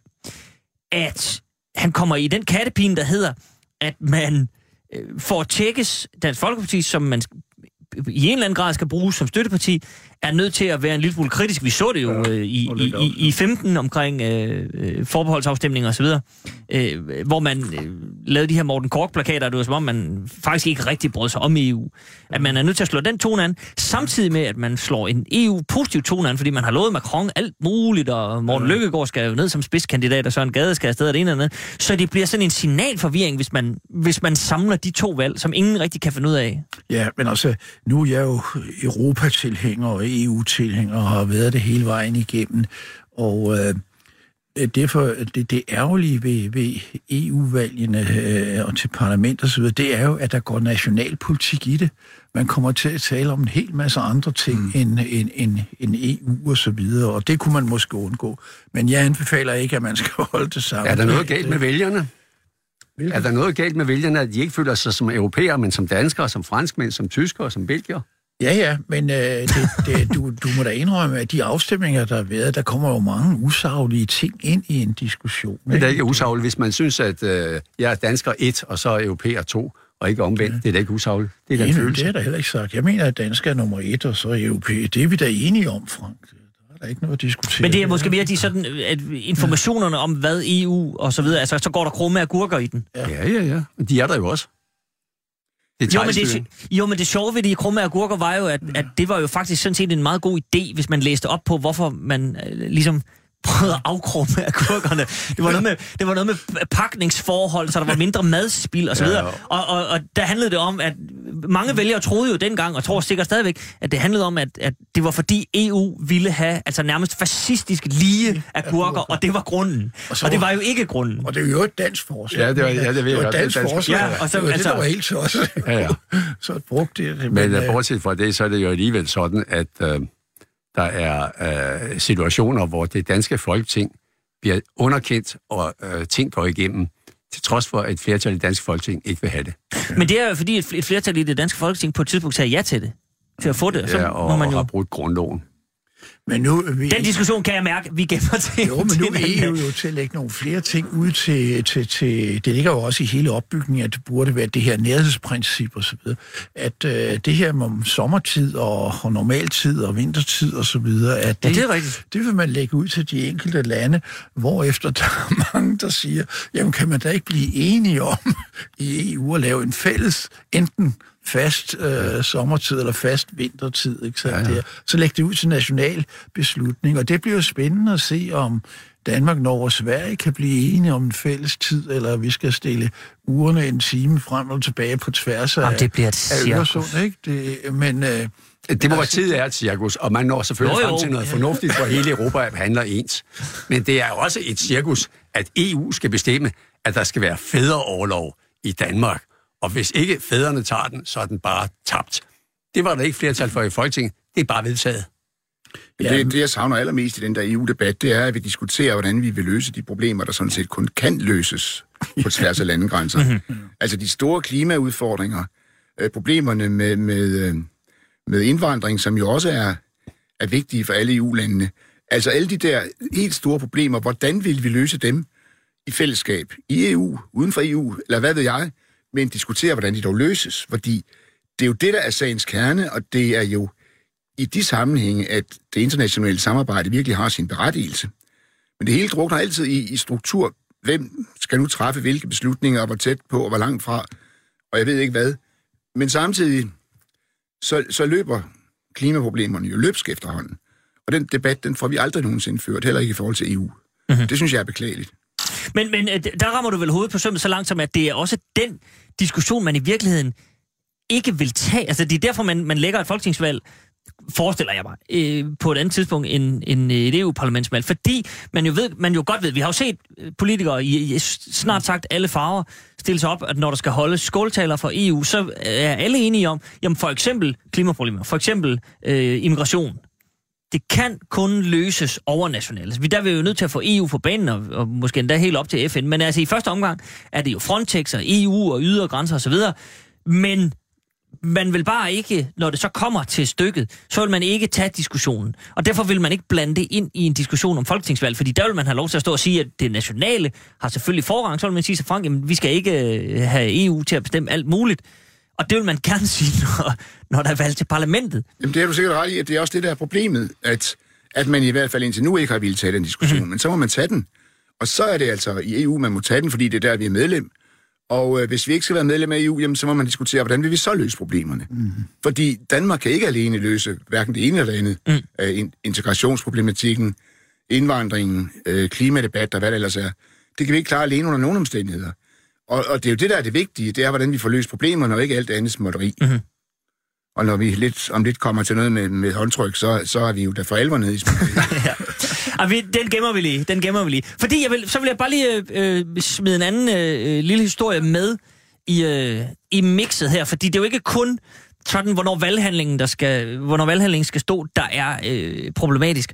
at han kommer i den kattepine, der hedder, at man øh, får tjekkes Dansk Folkeparti, som man i en eller anden grad skal bruges som støtteparti, er nødt til at være en lille smule kritisk. Vi så det jo ja, øh, i, i, i, i femten omkring øh, forbeholdsafstemninger og så videre, øh, hvor man øh, lavede de her Morten Korch-plakater, det var som om man faktisk ikke rigtig brød sig om E U. At man er nødt til at slå den tone an, samtidig med, at man slår en E U-positiv tone an, fordi man har lovet Macron alt muligt, og Morten ja. Løkkegaard skal jo ned som spidskandidat, og Søren Gade skal afsted af det ene eller andet. Så det bliver sådan en signalforvirring, hvis man, hvis man samler de to valg, som ingen rigtig kan finde ud af. Ja, men altså, nu er jeg jo Europa-tilhænger og E U-tilhænger og har været det hele vejen igennem. Og øh, derfor, det, det ærgerlige ved, ved E U-valgene øh, og til parlament og så videre, det er jo, at der går nationalpolitik i det. Man kommer til at tale om en hel masse andre ting mm. end, end, end, end E U og så videre, og det kunne man måske undgå. Men jeg anbefaler ikke, at man skal holde det sammen. Er der noget galt med vælgerne? Hvilken? Er der noget galt med vælgerne, at de ikke føler sig som europæere, men som danskere, som franskmænd, som tyskere, som belgier? Ja, ja, men øh, det, det, du, du må da indrømme, at de afstemninger, der har været, der kommer jo mange usaglige ting ind i en diskussion. Ikke? Det er ikke usagligt, hvis man synes, at øh, jeg er dansker et, og så er europæer to, og ikke omvendt. Ja. Det er da ikke usagligt. Det er den Enig, følelse. Det er da heller ikke sagt. Jeg mener, at dansker er nummer et, og så er europæer. Det er vi da enige om, Frank. Der er ikke noget at diskutere. Men det er måske mere de sådan, at informationerne om, hvad E U og så videre, altså så går der krumme agurker i den. Ja, ja, ja. ja. De er der jo også. Jo men, det, jo, men det sjove ved de krumme agurker var jo, at, at det var jo faktisk sådan set en meget god idé, hvis man læste op på, hvorfor man øh, ligesom prøvede at afkrumme agurkerne. Det var noget med, det var noget med pakningsforhold, så der var mindre madspild og så videre. Ja, og, og, og der handlede det om, at mange vælgere troede jo dengang, og tror sikkert stadigvæk, at det handlede om, at, at det var fordi E U ville have altså nærmest fascistisk lige agurker, og det var grunden. Og, og det var jo ikke grunden. Og det er jo et dansk forslag. Ja, det var, ja, det, det var et dansk forslag. Ja, og så, det var altså, det, der var helt så også. Ja, ja. Så brugte det. Men, men uh, bortset fra det, så er det jo alligevel sådan, at uh, der er øh, situationer, hvor det danske folketing bliver underkendt, og øh, ting går igennem, til trods for, at et flertal i det danske folketing ikke vil have det. Men det er jo fordi, et flertal i det danske folketing på et tidspunkt sagde ja til det, til at få det. Så ja, og, må man jo... og har brudt grundloven. Men nu, vi... Den diskussion kan jeg mærke, vi gemmer til. Jo, men nu er E U jo til at lægge nogle flere ting ud til, til, til... Det ligger jo også i hele opbygningen, at det burde være det her nærhedsprincip og så videre. At øh, det her om sommertid og, og normaltid og vintertid og så videre, at det, ja, det er rigtigt. Det vil man lægge ud til de enkelte lande, hvorefter der er mange, der siger, jamen kan man da ikke blive enige om i E U at lave en fælles, enten fast øh, sommertid eller fast vintertid, ikke sandt? Ja, ja. Så læg det ud til national beslutning, og det bliver jo spændende at se, om Danmark, Norge og Sverige kan blive enige om en fælles tid, eller vi skal stille ugerne en time frem og tilbage på tværs af, jamen, det bliver et af Øresund, ikke? Det, men, øh, det må være tid af et cirkus, og man når selvfølgelig jo, jo. frem til noget fornuftigt, for hele Europa handler ens. Men det er også et cirkus, at E U skal bestemme, at der skal være fædreorlov i Danmark. Og hvis ikke fædrene tager den, så er den bare tabt. Det var der ikke flertal for i Folketinget. Det er bare vedtaget. Ja. Det, det, jeg savner allermest i den der E U-debat, det er, at vi diskuterer, hvordan vi vil løse de problemer, der sådan set kun kan løses på tværs af landegrænser. Mm-hmm. Altså de store klimaudfordringer, øh, problemerne med, med, øh, med indvandring, som jo også er, er vigtige for alle E U-landene. Altså alle de der helt store problemer, hvordan vil vi løse dem i fællesskab? I E U, uden for E U, eller hvad ved jeg? Men diskutere, hvordan de dog løses, fordi det er jo det, der er sagens kerne, og det er jo i de sammenhænge, at det internationale samarbejde virkelig har sin berettigelse. Men det hele drukner altid i, i struktur. Hvem skal nu træffe hvilke beslutninger, og hvor tæt på, og hvor langt fra, og jeg ved ikke hvad. Men samtidig, så, så løber klimaproblemerne jo løbsk efterhånden. Og den debat, den får vi aldrig nogensinde ført, heller ikke i forhold til E U. Mm-hmm. Det synes jeg er beklageligt. Men, men der rammer du vel hovedet på sømmet så langt som, at det er også den diskussion, man i virkeligheden ikke vil tage. Altså det er derfor, man, man lægger et folketingsvalg, forestiller jeg mig, øh, på et andet tidspunkt end, end et E U-parlamentsvalg. Fordi man jo, ved, man jo godt ved, vi har jo set politikere i, i snart sagt alle farver stille sig op, at når der skal holdes skåltaler for E U, så er alle enige om, jamen for eksempel klimaproblemer, for eksempel øh, immigration. Det kan kun løses overnationalt. Vi der er vi jo nødt til at få E U på banen, og, og måske endda helt op til F N. Men altså i første omgang er det jo Frontex og E U og ydre grænser osv. Men man vil bare ikke, når det så kommer til stykket, så vil man ikke tage diskussionen. Og derfor vil man ikke blande det ind i en diskussion om folketingsvalg, fordi der vil man have lov til at stå og sige, at det nationale har selvfølgelig forrang. Så vil man sige til Frank, jamen vi skal ikke have E U til at bestemme alt muligt. Og det vil man gerne sige, når, når der er valg til parlamentet. Jamen det er du sikkert ret i, at det er også det, der er problemet, at, at man i hvert fald indtil nu ikke har ville tage den diskussion, mm-hmm. men så må man tage den. Og så er det altså i E U, man må tage den, fordi det er der, vi er medlem. Og øh, hvis vi ikke skal være medlem af E U, jamen, så må man diskutere, hvordan vil vi så løse problemerne. Mm-hmm. Fordi Danmark kan ikke alene løse hverken det ene eller det andet. Mm. Øh, integrationsproblematikken, indvandringen, øh, klimadebat og hvad det ellers er. Det kan vi ikke klare alene under nogen omstændigheder. Og, og det er jo det, der er det vigtige, det er, hvordan vi får løst problemerne, og ikke alt andet småtteri. Mm-hmm. Og når vi lidt, om lidt kommer til noget med, med håndtryk, så, så er vi jo der for alvor nede i småtteri. Ja. Og vi, den gemmer vi lige, den gemmer vi lige. Fordi jeg vil, så vil jeg bare lige øh, smide en anden øh, lille historie med i, øh, i mixet her, fordi det er jo ikke kun sådan, hvornår valghandlingen, der skal, hvornår valghandlingen skal stå, der er øh, problematisk.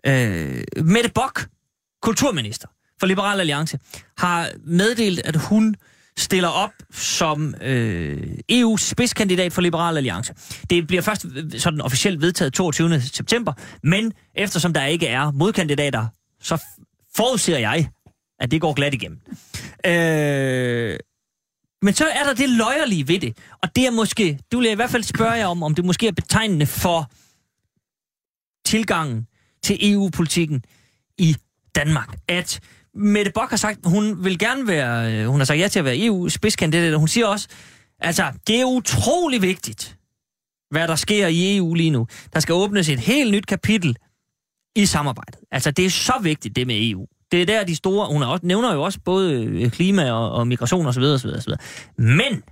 Øh, Mette Bock, kulturminister for Liberal Alliance, har meddelt, at hun stiller op som øh, E U's spidskandidat for Liberal Alliance. Det bliver først sådan officielt vedtaget toogtyvende september, men eftersom der ikke er modkandidater, så forudser jeg, at det går glat igennem. Øh, men så er der det løjerlige ved det, og det er måske, det vil jeg i hvert fald spørge jer om, om det måske er betegnende for tilgangen til E U-politikken i Danmark, at Mette Bock har sagt, hun vil gerne være, hun har sagt ja til at være E U-spidskandidat, og hun siger også, altså, det er utrolig vigtigt, hvad der sker i E U lige nu. Der skal åbnes et helt nyt kapitel i samarbejdet. Altså, det er så vigtigt, det med E U. Det er der de store, hun også, nævner jo også både klima og, og migration osv. osv., osv. Men,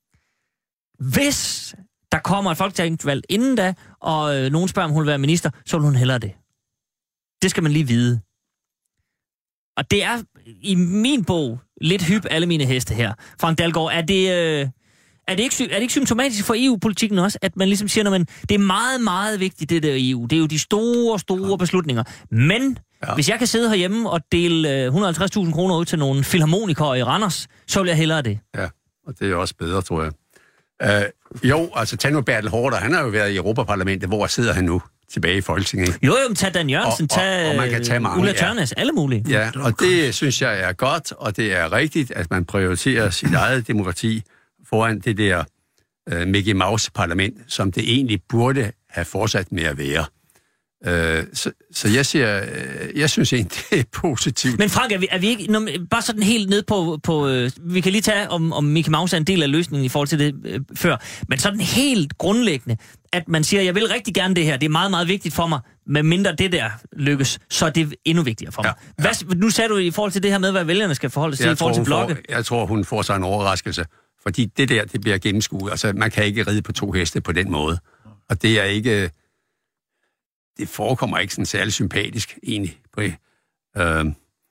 hvis der kommer et folketingsvalg inden da, og øh, nogen spørger, om hun vil være minister, så vil hun hellere det. Det skal man lige vide. Og det er i min bog lidt hyp alle mine heste her. Frank Dalgaard, er det, øh, er det, ikke, er det ikke symptomatisk for E U-politikken også, at man ligesom siger, når man, det er meget, meget vigtigt, det der E U. Det er jo de store, store beslutninger. Men ja. Hvis jeg kan sidde herhjemme og dele et hundrede og halvtreds tusind kroner ud til nogle filharmonikere i Randers, så vil jeg hellere det. Ja, og det er også bedre, tror jeg. Uh, jo, altså tag nu Bertel Haarder, han har jo været i Europaparlamentet. Hvor sidder han nu? Tilbage i Folketinget. Jo, jo, tag Dan Jørgensen, og, tag og, og man kan tage mange, Ulla Tørnæs, ja. Alle mulige. Ja, og det synes jeg er godt, og det er rigtigt, at man prioriterer sit eget demokrati foran det der uh, Mickey Mouse-parlament, som det egentlig burde have fortsat med at være. Uh, så, så jeg siger, uh, jeg synes egentlig, det er positivt. Men Frank, er vi, er vi ikke når, bare sådan helt ned på, på uh, vi kan lige tage, om, om Mickey Mouse er en del af løsningen i forhold til det uh, før, men sådan helt grundlæggende, at man siger, jeg vil rigtig gerne det her, det er meget, meget vigtigt for mig, med mindre det der lykkes, så er det endnu vigtigere for mig. Ja, ja. Hvad, nu sagde du i forhold til det her med, hvad vælgerne skal forholde sig til i forhold til blokke. Får, jeg tror, hun får sig en overraskelse, fordi det der, det bliver gennemskuet. Altså, man kan ikke ride på to heste på den måde. Og det er ikke, det forekommer ikke sådan særlig sympatisk, egentlig. Øh, øh,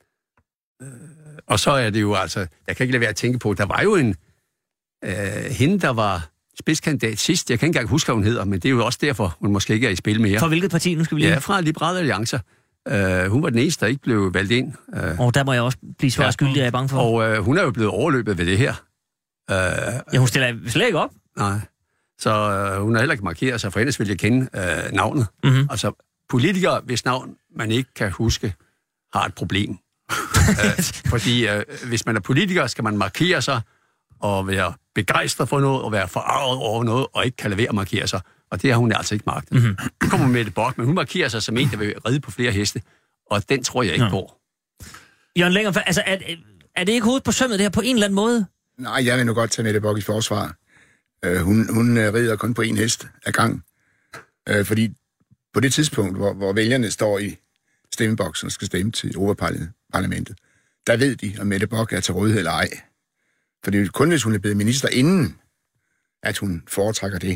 og så er det jo altså, jeg kan ikke lade være at tænke på, der var jo en, øh, hende, der var spidskandidat sidst. Jeg kan ikke engang huske, hvad hun hedder, men det er jo også derfor, hun måske ikke er i spil mere. For hvilket parti? Nu skal vi lige... Ja, fra Liberal Alliance. Uh, hun var den eneste, der ikke blev valgt ind. Og uh, oh, der må jeg også blive svært ja. skyldig, jeg er bange for. Og uh, hun er jo blevet overløbet ved det her. Uh, ja, hun stiller slet ikke op. Nej. Så uh, hun har heller ikke markeret sig, for ellers vil jeg kende uh, navnet. Mm-hmm. Altså, politikere, hvis navn man ikke kan huske, har et problem. uh, fordi uh, hvis man er politiker, skal man markere sig, og være begejstret for noget, og være forarvet over noget, og ikke kan lade være at markere sig. Og det har hun altså ikke magtet. Mm-hmm. Nu kommer Mette Bock, men hun markerer sig som en, der vil ride på flere heste, og den tror jeg ikke ja. på. Jørgen Lenger, altså er, er det ikke hovedet på sømmet det her på en eller anden måde? Nej, jeg vil nu godt tage Mette Bock i forsvar. Uh, hun hun uh, rider kun på en hest ad gang. Uh, fordi på det tidspunkt, hvor, hvor vælgerne står i stemmeboksen og skal stemme til Europaparlamentet, der ved de, om Mette Bock er til rådighed eller ej. For det er jo kun, hvis hun er blevet minister inden, at hun foretrækker det.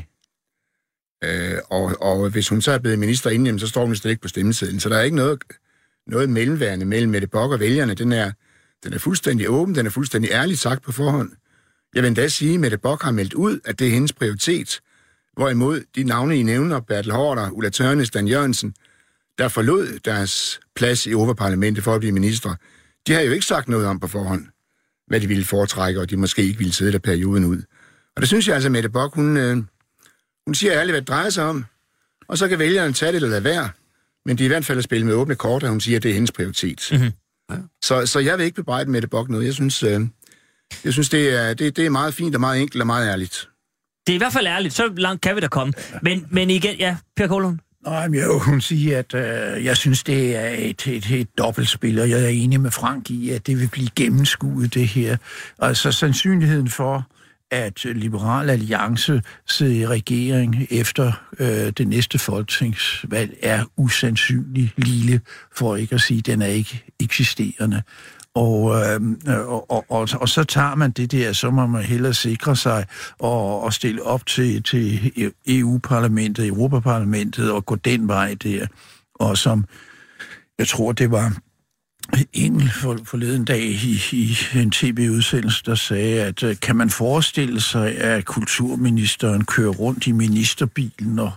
Øh, og, og hvis hun så er blevet minister inden, jamen, så står hun slet ikke på stemmesedlen. Så der er ikke noget, noget mellemværende mellem Mette Bock og vælgerne. Den er, den er fuldstændig åben, den er fuldstændig ærligt sagt på forhånd. Jeg vil endda sige, at Mette Bock har meldt ud, at det er hendes prioritet. Hvorimod de navne, I nævner, Bertel Haarder, Ulla Tørnæs, Dan Jørgensen, der forlod deres plads i Europaparlamentet for at blive minister, de har jo ikke sagt noget om på forhånd, hvad de ville foretrække, og de måske ikke ville sidde der perioden ud. Og det synes jeg altså, Mette Bock, hun, øh, hun siger ærligt, hvad det drejer sig om, og så kan vælgerne tage det eller lade være, men de er i hvert fald at spille med åbne kort, og hun siger, at det er hendes prioritet. Mm-hmm. Ja. Så, så jeg vil ikke bebrejde Mette Bock noget. Jeg synes, øh, jeg synes det, er, det, det er meget fint og meget enkelt og meget ærligt. Det er i hvert fald ærligt, så langt kan vi da komme. Men, men igen, ja, Per Kålund. Nej, men jeg vil kun sige, at øh, jeg synes, det er et, et, et dobbeltspil, og jeg er enig med Frank i, at det vil blive gennemskuet, det her. Altså sandsynligheden for, at Liberal Alliance sidder i regering efter øh, det næste folketingsvalg, er usandsynlig lille, for ikke at sige, at den er ikke eksisterende. Og, øh, og, og, og, og så tager man det der, så må man hellere sikre sig og, og stille op til, til E U-parlamentet, Europaparlamentet og gå den vej der. Og som, jeg tror, det var Engel for, forleden dag i, i en tv-udsendelse, der sagde, at uh, kan man forestille sig, at kulturministeren kører rundt i ministerbilen og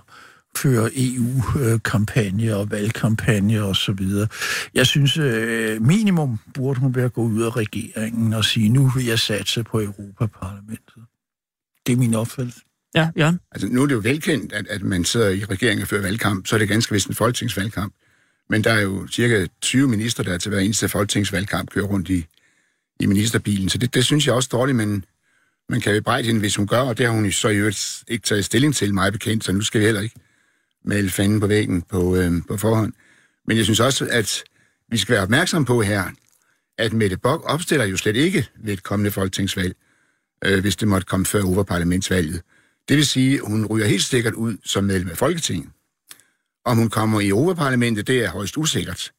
føre E U-kampagner og valgkampagner og så videre. Jeg synes, øh, minimum burde hun være gået ud af regeringen og sige, nu vil jeg satse på Europaparlamentet. Det er min opfattelse. Ja, Jørgen? Altså, nu er det jo velkendt, at, at man sidder i regeringen og fører valgkamp, så er det ganske vist en folketingsvalgkamp. Men der er jo cirka tyve minister, der til hver eneste folketingsvalgkamp kører rundt i, i ministerbilen. Så det, det synes jeg også dårligt, men man kan jo bebrejde hende, hvis hun gør, og det har hun jo så i øvrigt ikke taget stilling til, meget bekendt, så nu skal vi heller ikke male fanden på væggen på, øh, på forhånd. Men jeg synes også, at vi skal være opmærksom på her, at Mette Bock opstiller jo slet ikke ved et kommende folketingsvalg, øh, hvis det måtte komme før Europaparlamentsvalget. Det vil sige, at hun ryger helt sikkert ud som medlem af Folketinget. Om hun kommer i Europaparlamentet, det er højst usikkert.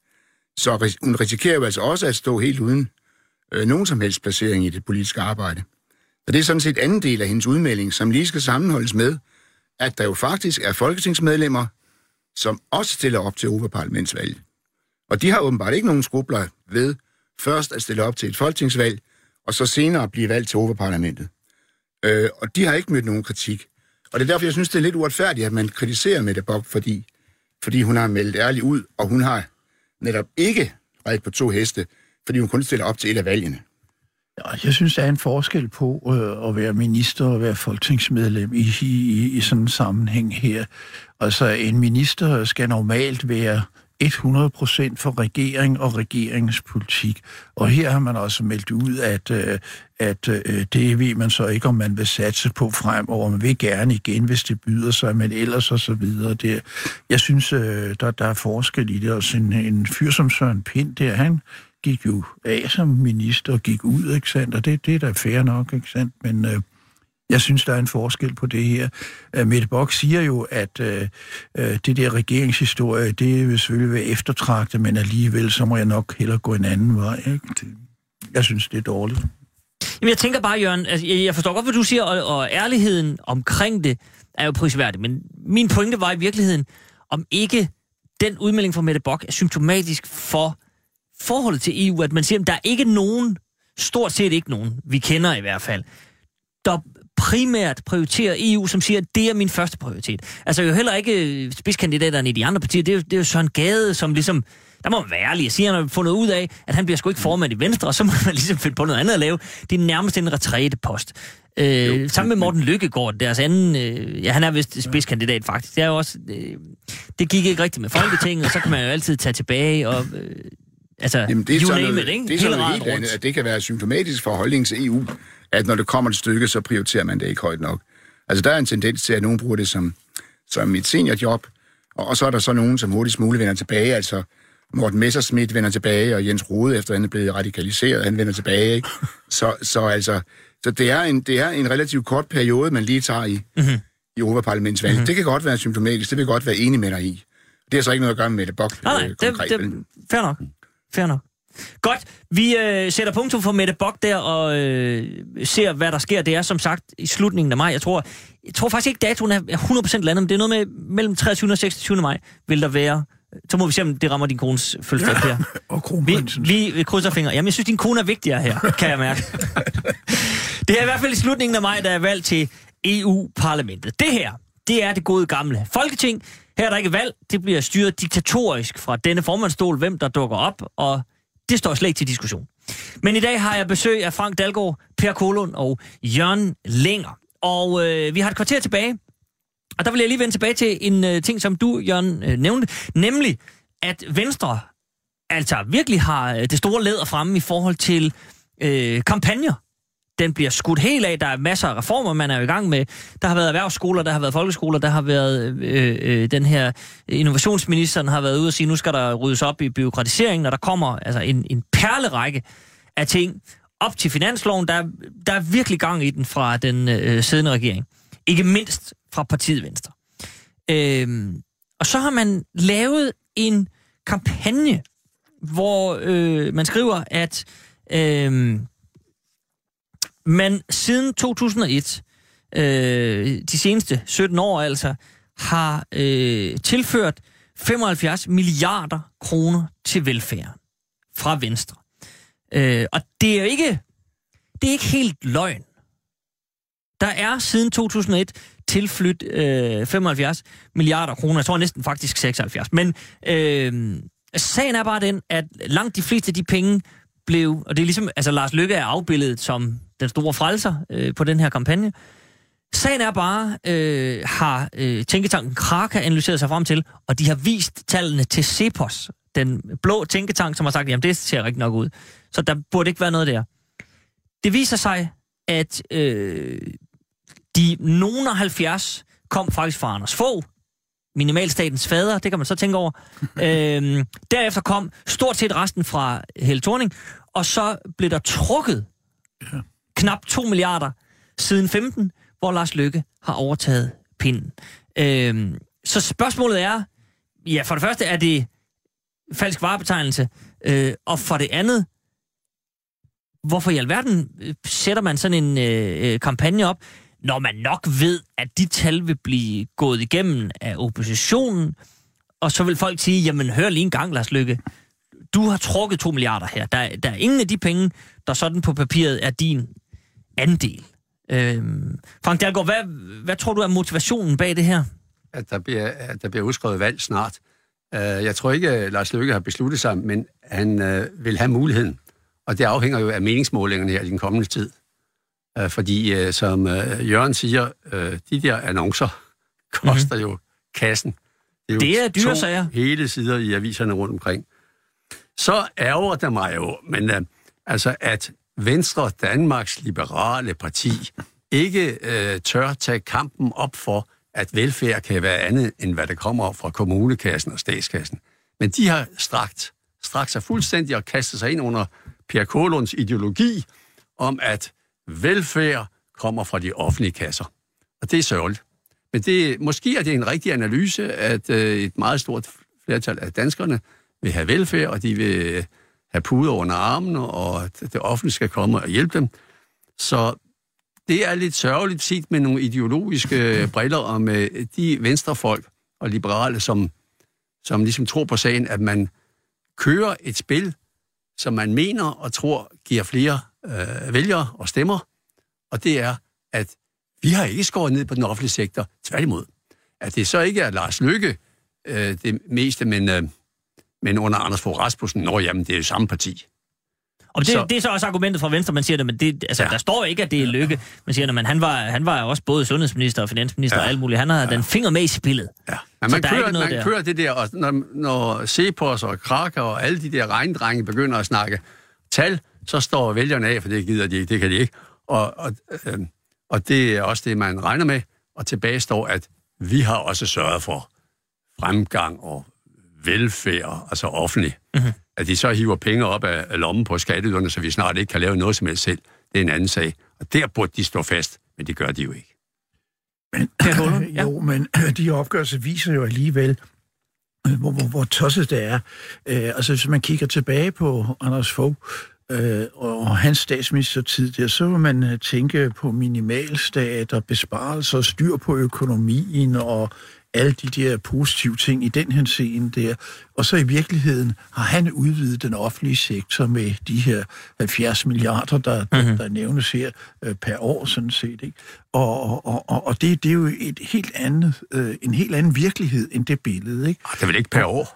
Så hun risikerer jo altså også at stå helt uden øh, nogen som helst placering i det politiske arbejde. Og det er sådan set anden del af hendes udmelding, som lige skal sammenholdes med, at der jo faktisk er folketingsmedlemmer, som også stiller op til Europaparlamentsvalget. Og de har åbenbart ikke nogen skrubler ved først at stille op til et folketingsvalg, og så senere blive valgt til Europaparlamentet. Øh, og de har ikke mødt nogen kritik. Og det er derfor, jeg synes, det er lidt uretfærdigt, at man kritiserer Mette Bock, fordi, fordi hun har meldt ærligt ud, og hun har netop ikke reddet på to heste, fordi hun kun stiller op til et af valgene. Ja, jeg synes, der er en forskel på øh, at være minister og være folketingsmedlem i, i, i sådan en sammenhæng her. Altså, en minister skal normalt være hundrede procent for regering og regeringspolitik. Og her har man også meldt ud, at, øh, at øh, det ved man så ikke, om man vil satse på fremover. Man vil gerne igen, hvis det byder sig, men ellers og så videre. Det, jeg synes, øh, der, der er forskel i det. Også en, en fyr som Søren Pind der, han gik jo af som minister og gik ud, ikke sandt? Og det, det er da fair nok, ikke sandt? Men øh, jeg synes, der er en forskel på det her. Uh, Mette Bock siger jo, at øh, øh, det der regeringshistorie, det vil selvfølgelig være eftertragtet, men alligevel, så må jeg nok hellere gå en anden vej, ikke? Det, jeg synes, det er dårligt. Jamen, jeg tænker bare, Jørgen, altså, jeg forstår godt, hvad du siger, og, og ærligheden omkring det er jo prisværdig, men min pointe var i virkeligheden, om ikke den udmelding fra Mette Bock er symptomatisk for forholdet til E U, at man siger, at der er ikke nogen, stort set ikke nogen, vi kender i hvert fald, der primært prioriterer E U, som siger, at det er min første prioritet. Altså jo heller ikke spidskandidaterne i de andre partier, det er jo, det er jo Søren Gade, som ligesom, der må man være ærlig og sige, at han har fundet ud af, at han bliver sgu ikke formand i Venstre, og så må man ligesom finde på noget andet at lave. Det er nærmest en retrætepost. Øh, sammen med Morten Løkkegaard, deres anden, øh, ja, han er vist spidskandidat faktisk. Det er jo også, øh, det gik ikke rigtigt med Folketinget, og så kan man jo altid tage tilbage og øh, altså, jamen, det er you name name it, it, ikke? Det er sådan noget helt andet, at det kan være symptomatisk for holdningen til E U, at når det kommer et stykke, så prioriterer man det ikke højt nok. Altså, der er en tendens til, at nogen bruger det som, som et seniorjob, og, og så er der så nogen, som hurtigst muligt vender tilbage. Altså, Morten Messerschmidt vender tilbage, og Jens Rohde, efter han er blevet radikaliseret, han vender tilbage, ikke? Så, så altså, så det er, en, det er en relativt kort periode, man lige tager i, mm-hmm. i Europaparlamentsvalget. Mm-hmm. Det kan godt være symptomatisk, det vil godt være enig med dig i. Det har så ikke noget at gøre med Mette Bock. Nej, nej, det, det, fair nok. Fair nok. Godt, vi øh, sætter punktum for Mette Bock der, og øh, ser, hvad der sker. Det er som sagt i slutningen af maj. Jeg tror, jeg tror faktisk ikke, datoen er hundrede procent landet, men det er noget med mellem treogtyvende og seksogtyvende maj, vil der være. Så må vi se, om det rammer din kones fødselsdag her. Og kronprinsens. Vi, vi krydser fingre. Jamen, jeg synes, din kone er vigtigere her, kan jeg mærke. Det er i hvert fald i slutningen af maj, der er valg til E U-parlamentet. Det her, det er det gode gamle Folketing. Her er der ikke valg. Det bliver styret diktatorisk fra denne formandsstol, hvem der dukker op, og det står slet ikke til diskussion. Men i dag har jeg besøg af Frank Dalgaard, Per Kålund og Jørgen Lenger. Og øh, vi har et kvarter tilbage. Og der vil jeg lige vende tilbage til en øh, ting, som du, Jørgen, øh, nævnte. Nemlig, at Venstre altså virkelig har øh, det store læder fremme i forhold til øh, kampagner. Den bliver skudt helt af. Der er masser af reformer, man er jo i gang med. Der har været erhvervsskoler, der har været folkeskoler, der har været øh, øh, den her innovationsministeren har været ude og sige, nu skal der ryddes op i byråkratiseringen, og der kommer altså en, en perlerække af ting op til finansloven. Der, der er virkelig gang i den fra den øh, siddende regering. Ikke mindst fra partiet Venstre. Øhm, og så har man lavet en kampagne, hvor øh, man skriver, at øh, man siden to tusind og et, øh, de seneste sytten år altså, har øh, tilført femoghalvfjerds milliarder kroner til velfærden fra Venstre. Øh, og det er jo ikke, det er ikke helt løgn. Der er siden to tusind og et tilflydt øh, femoghalvfjerds milliarder kroner. Jeg tror næsten faktisk seksoghalvfjerds. Men øh, sagen er bare den, at langt de fleste af de penge blev, og det er ligesom, altså Lars Løkke er afbildet som den store frelser øh, på den her kampagne. Sagen er bare, øh, har øh, tænketanken Kraka analyseret sig frem til, og de har vist tallene til Cepos, den blå tænketank, som har sagt, jamen det ser rigtig nok ud. Så der burde ikke være noget der. Det viser sig, at øh, de nogle halvfjerds kom faktisk fra Anders Fogh, minimalstatens fader, det kan man så tænke over. øhm, derefter kom stort set resten fra Helle Thorning, og så blev der trukket knap to milliarder siden femten, hvor Lars Løkke har overtaget pinden. Øhm, så spørgsmålet er, ja, for det første er det falsk varebetegnelse, øh, og for det andet, hvorfor i alverden sætter man sådan en øh, kampagne op, når man nok ved, at de tal vil blive gået igennem af oppositionen, og så vil folk sige, jamen hør lige en gang, Lars Løkke, du har trukket to milliarder her. Der, der er ingen af de penge, der sådan på papiret er din andel. Øhm, Frank Dalgaard, hvad, hvad tror du er motivationen bag det her? At der bliver, at der bliver udskrevet valg snart. Uh, jeg tror ikke, at Lars Løkke har besluttet sig, men han uh, vil have muligheden. Og det afhænger jo af meningsmålingerne her i den kommende tid. Uh, fordi, uh, som uh, Jørgen siger, uh, de der annoncer koster mm-hmm. jo kassen. Det er, jo det er dyre sager. Hele sider i aviserne rundt omkring. Så ærger det mig jo, men uh, altså, at Venstre, Danmarks Liberale Parti, ikke uh, tør tage kampen op for, at velfærd kan være andet, end hvad der kommer fra kommunekassen og statskassen. Men de har strakt, strakt sig fuldstændig og kastet sig ind under Per Kålunds ideologi om, at velfærd kommer fra de offentlige kasser. Og det er sørgeligt. Men det, måske er det en rigtig analyse, at øh, et meget stort flertal af danskerne vil have velfærd, og de vil have puder under armene, og det offentlige skal komme og hjælpe dem. Så det er lidt sørgeligt set med nogle ideologiske briller og med de venstrefolk og liberale, som, som ligesom tror på sagen, at man kører et spil, som man mener og tror giver flere øh, vælgere og stemmer. Og det er, at vi har ikke skåret ned på den offentlige sektor. Tværtimod. At det så ikke er Lars Løkke øh, det meste, men, øh, men under Anders Fogh Rasmussen, nå jamen, det er jo samme parti. Og det, så, det er så også argumentet fra Venstre, man siger det, men det, altså, ja. Der står ikke, at det er Løkke. Man siger det, men han var, han var også både sundhedsminister og finansminister ja. og alt muligt. Han har ja. den finger med i spillet. Ja. Men man, kører, man der. kører det der, og når, når Cepos og Kraka og alle de der regndrenge begynder at snakke tal, så står vælgerne af, for det gider de ikke, det kan de ikke. Og, og, øh, og det er også det, man regner med. Og tilbage står, at vi har også sørget for fremgang og velfærd, altså offentlig. Mm-hmm. At de så hiver penge op af lommen på skatteyderne, så vi snart ikke kan lave noget som helst selv. Det er en anden sag. Og der burde de stå fast, men det gør de jo ikke. Men, jo, men de opgørelser viser jo alligevel, hvor, hvor, hvor tosset det er. Øh, altså, hvis man kigger tilbage på Anders Fogh øh, og hans statsministertid der, så vil man tænke på minimalstat og besparelser, styr på økonomien og alle de der positive ting i den henseende der. Og så i virkeligheden har han udvidet den offentlige sektor med de her halvfjerds milliarder, der, mm-hmm. der, der nævnes her øh, per år, sådan set. Ikke? Og, og, og, og det, det er jo et helt andet, øh, en helt anden virkelighed end det billede. Ikke? Det er vel ikke per år?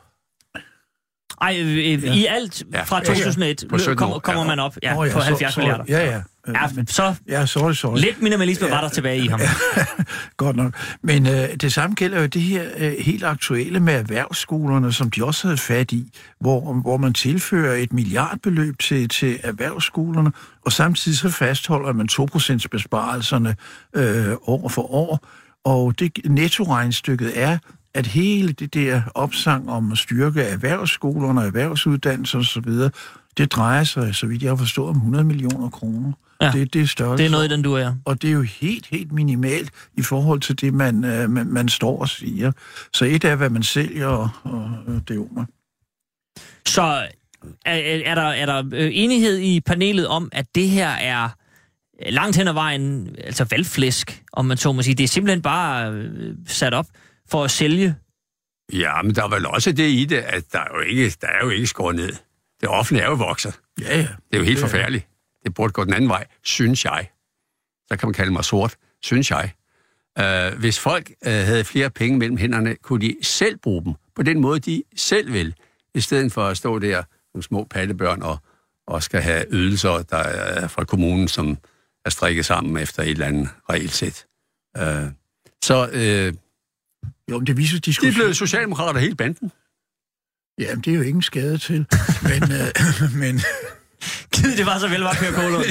Ej, øh, ja. i alt fra to tusind og et ja, ja. kommer, kommer man op ja, oh, ja, på halvfjerds milliarder. Ja, ja. Ja, så ja, sorry, sorry. lidt minimalisme ja, var der tilbage i ham. Ja, godt nok. Men øh, det samme gælder jo det her øh, helt aktuelle med erhvervsskolerne, som de også havde fat i, hvor, hvor man tilfører et milliardbeløb til, til erhvervsskolerne, og samtidig så fastholder man to procent besparelserne øh, år for år. Og det nettoregnstykket er, at hele det der opsang om at styrke erhvervsskolerne og erhvervsuddannelser osv., det drejer sig, så vidt jeg har forstået, om hundrede millioner kroner. Ja, det, det, er størrelse. Det er noget i den du er. Og det er jo helt, helt minimalt i forhold til det, man, øh, man, man står og siger. Så et er, hvad man sælger, og, og det er jo. Så er, er, der, er der enighed i panelet om, at det her er langt hen ad vejen, altså valgflæsk, om man så må sige. Det er simpelthen bare sat op for at sælge? Ja, men der er vel også det i det, at der er jo ikke, der er jo ikke skåret ned. Det offentlige er jo vokset. Ja, ja. Det er jo helt det, forfærdeligt. Det burde gå den anden vej, synes jeg. Så kan man kalde mig sort, synes jeg. Uh, hvis folk uh, havde flere penge mellem hænderne, kunne de selv bruge dem på den måde, de selv vil, i stedet for at stå der som små pattebørn og, og skal have ydelser, der er fra kommunen, som er strikket sammen efter et eller andet regelsæt. Uh, så uh, jo, det viser de er blevet socialdemokrater hele banden. Jamen, det er jo ingen skade til, men... Uh, men Gid, det var så vel, var Per Kålund.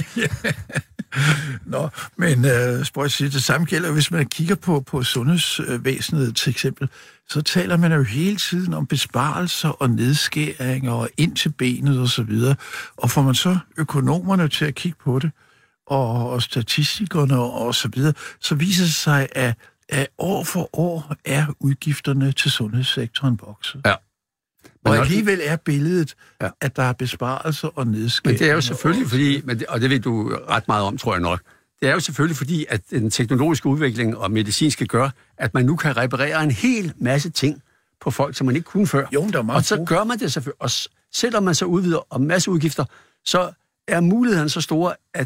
Nå, men øh, spørg at sige, det samme gælder, hvis man kigger på, på sundhedsvæsenet til eksempel, så taler man jo hele tiden om besparelser og nedskæringer og ind til benet og så videre. Og får man så økonomerne til at kigge på det, og, og statistikerne og så videre, så viser det sig, at, at år for år er udgifterne til sundhedssektoren vokset. Ja. Og alligevel er billedet, ja. at der er besparelser og nedskæringer. Men det er jo selvfølgelig fordi, men det, og det ved du ret meget om, tror jeg nok, det er jo selvfølgelig fordi, at den teknologiske udvikling og medicinske gør, at man nu kan reparere en hel masse ting på folk, som man ikke kunne før. Jo, der er meget og så brug. gør man det selvfølgelig. Og selvom man så udvider og masse udgifter, så er muligheden så store, at,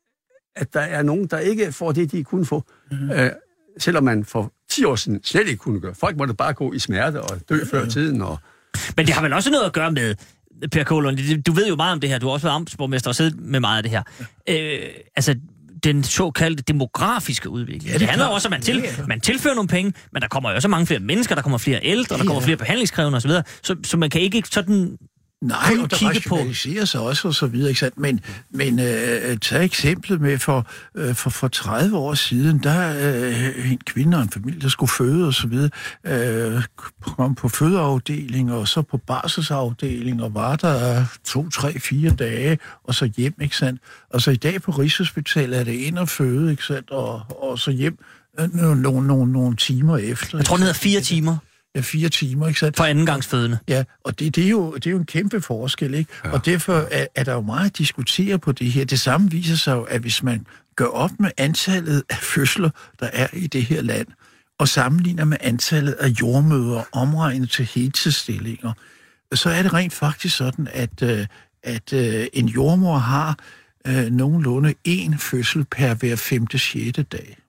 at der er nogen, der ikke får det, de kunne få. Mm-hmm. Øh, selvom man for ti år siden slet ikke kunne gøre. Folk måtte bare gå i smerte og dø før ja. tiden og... Men det har vel også noget at gøre med, Per Kålund, du ved jo meget om det her, du har også været amtsborgmester og siddet med meget af det her. Øh, altså, den såkaldte demografiske udvikling. Ja, det, det handler klart. også om, at man, til, man tilfører nogle penge, men der kommer jo også mange flere mennesker, der kommer flere ældre, der kommer flere behandlingskrævende osv., så, så man kan ikke sådan... Nej, og der rationaliserer sig også og så videre, ikke sandt? Men, men øh, tag eksemplet med for, øh, for, for tredive år siden, der øh, en kvinde og en familie, der skulle føde og så videre, øh, kom på fødeafdeling og så på barselsafdeling og var der to, tre, fire dage og så hjem, ikke sandt? Og så i dag på Rigshospitalet er det ind og føde, ikke sandt? Og, og så hjem øh, nogle, nogle, nogle timer efter. Jeg tror, det hedder fire timer. Ja, fire timer, ikke sandt? For andengangsfødende. Ja, og det, det, er jo, det er jo en kæmpe forskel, ikke? Ja. Og derfor er, er der jo meget at diskutere på det her. Det samme viser sig jo, at hvis man gør op med antallet af fødsler, der er i det her land, og sammenligner med antallet af jordmødre omregnet til heltidsstillinger, så er det rent faktisk sådan, at, at en jordmor har nogenlunde en fødsel per hver femte, sjette dag.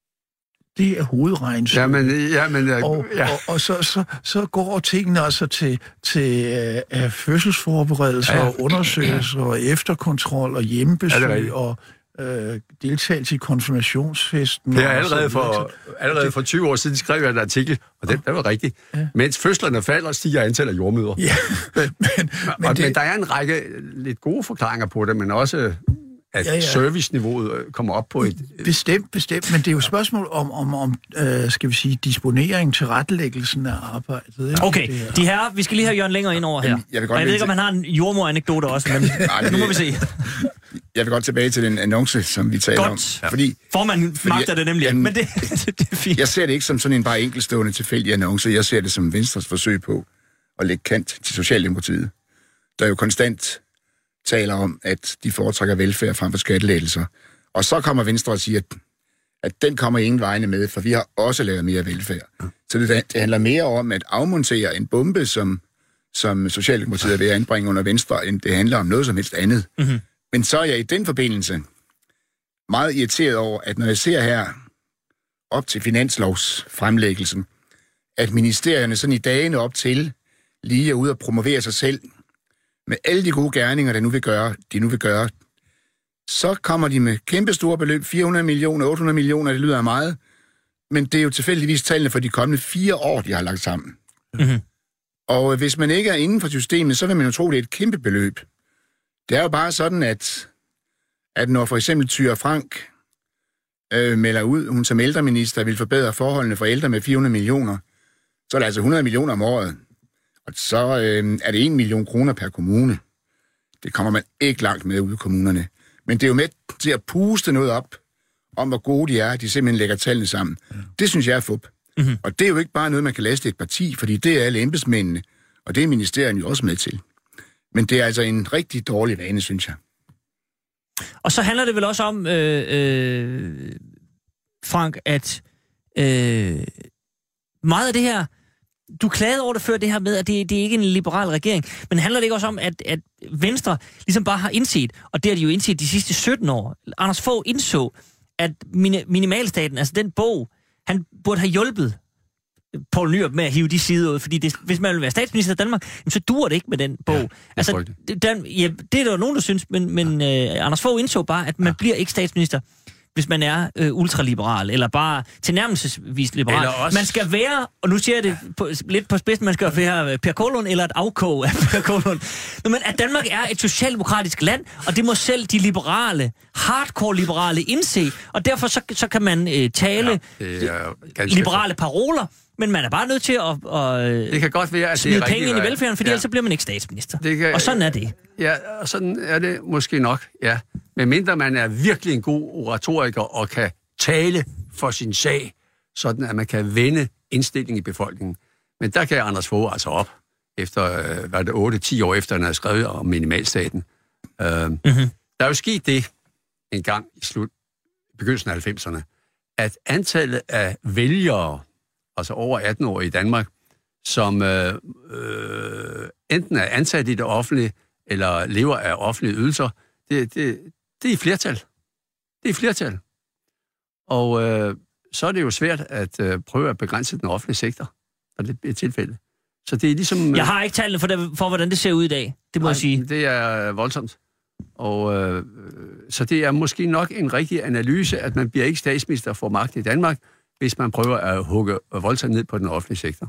Det er hovedregnskab. Jamen, jamen, ja. Og, ja. og, og så, så, så går tingene altså til, til uh, fødselsforberedelser ja, ja. og undersøgelser og efterkontrol og hjemmebesøg og uh, deltagelse i konfirmationsfesten. Det er allerede for, allerede for tyve år siden skrev jeg en artikel, og det, det var rigtigt. Ja. Mens fødslerne falder, stiger antallet af jordmødre. Ja, men, men, og, det... men der er en række lidt gode forklaringer på det, men også... at ja, ja. serviceniveauet kommer op på et... Bestemt, bestemt, men det er jo et spørgsmål om, om, om øh, skal vi sige, disponering til rettelæggelsen af arbejdet. Ikke? Okay, de her, vi skal lige have Jørgen længere ind over her. Jeg, jeg, jeg ved ikke, om han har en jordmor-anekdote også, men nej, nu må vi se. Jeg vil godt tilbage til den annonce, som vi taler godt. om. Fordi, Formanden fordi magter det nemlig, jeg, men det, det er fint. Jeg ser det ikke som sådan en bare enkeltstående tilfældig annonce. Jeg ser det som Venstres forsøg på at lægge kant til Socialdemokratiet, der jo konstant taler om, at de foretrækker velfærd frem for skattelettelser. Og så kommer Venstre og siger, at, at den kommer ingen vegne med, for vi har også lavet mere velfærd. Ja. Så det, det handler mere om at afmontere en bombe, som, som Socialdemokratiet er ved at anbringe under Venstre, end det handler om noget som helst andet. Mm-hmm. Men så er jeg i den forbindelse meget irriteret over, at når jeg ser her op til finanslovsfremlæggelsen, at ministerierne sådan i dagene op til lige er ude og promovere sig selv med alle de gode gerninger, der nu vil gøre, de nu vil gøre, så kommer de med kæmpe store beløb, fire hundrede millioner, otte hundrede millioner, det lyder af meget, men det er jo tilfældigvis tallene for de kommende fire år, de har lagt sammen. Mm-hmm. Og hvis man ikke er inden for systemet, så vil man jo tro, det er et kæmpe beløb. Det er jo bare sådan, at, at når for eksempel Thyra Frank øh, melder ud, hun som ældreminister vil forbedre forholdene for ældre med fire hundrede millioner, så er det altså hundrede millioner om året. Og så øh, er det en million kroner per kommune. Det kommer man ikke langt med ude i kommunerne. Men det er jo med til at puste noget op, om hvor gode de er, at de simpelthen lægger tallene sammen. Ja. Det synes jeg er fup. Mm-hmm. Og det er jo ikke bare noget, man kan laste et parti, fordi det er alle embedsmændene, og det er ministeriet jo også med til. Men det er altså en rigtig dårlig vane, synes jeg. Og så handler det vel også om, øh, øh, Frank, at øh, meget af det her, du klagede over det før, det her med, at det, det er ikke en liberal regering, men handler det ikke også om, at, at Venstre ligesom bare har indset, og det har de jo indset de sidste sytten år. Anders Fogh indså, at minimalstaten, altså den bog, han burde have hjulpet Poul Nyrup med at hive de sider ud, fordi det, hvis man vil være statsminister i Danmark, så duer det ikke med den bog. Ja, altså, den, ja, det er der jo nogen, der synes, men, men øh, Anders Fogh indså bare, at man ja. bliver ikke statsminister, hvis man er øh, ultraliberal, eller bare tilnærmelsesvis liberal. Også... Man skal være, og nu siger jeg det på, lidt på spidsen, man skal være Per Kålund eller et afkog af Per Kålund. Men at Danmark er et socialdemokratisk land, og det må selv de liberale, hardcore liberale indse, og derfor så, så kan man øh, tale ja, liberale paroler, men man er bare nødt til at, at det kan godt være, at smide det er penge ind i velfærden, fordi ja. ellers så bliver man ikke statsminister. Kan, og sådan er det. Ja, og sådan er det måske nok, ja. Men mindre man er virkelig en god oratoriker og kan tale for sin sag, sådan at man kan vende indstillingen i befolkningen. Men der kan Anders Fogh altså op, efter, hvad det, otte ti år efter, han har skrevet om minimalstaten. Uh, mm-hmm. Der er jo sket det en gang i slut, begyndelsen af halvfemserne, at antallet af vælgere, altså over atten år i Danmark, som øh, øh, enten er ansat i det offentlige, eller lever af offentlige ydelser, det, det, det er i flertal. Det er i flertal. Og øh, så er det jo svært at øh, prøve at begrænse den offentlige sektor, når det er et tilfælde. Så det er ligesom... Øh, jeg har ikke tallene for, det, for, hvordan det ser ud i dag, det må nej, jeg sige. Det er voldsomt. Og øh, så det er måske nok en rigtig analyse, at man bliver ikke statsminister for magt i Danmark, hvis man prøver at hugge voldsomt ned på den offentlige sektor.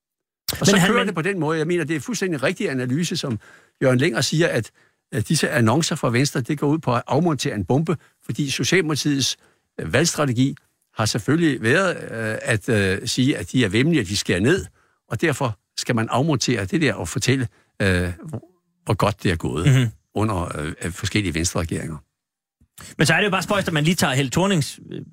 Og men så han, kører men... det på den måde. Jeg mener, det er fuldstændig en rigtig analyse, som Jørgen Lenger siger, at, at disse annoncer fra Venstre, det går ud på at afmontere en bombe, fordi Socialdemokratiets øh, valgstrategi har selvfølgelig været øh, at øh, sige, at de er væmmelige, at de skærer ned, og derfor skal man afmontere det der og fortælle, øh, hvor godt det er gået mm-hmm. under øh, forskellige Venstre-regeringer. Men så er det jo bare spøjst, at man lige tager Helle Thornings øh,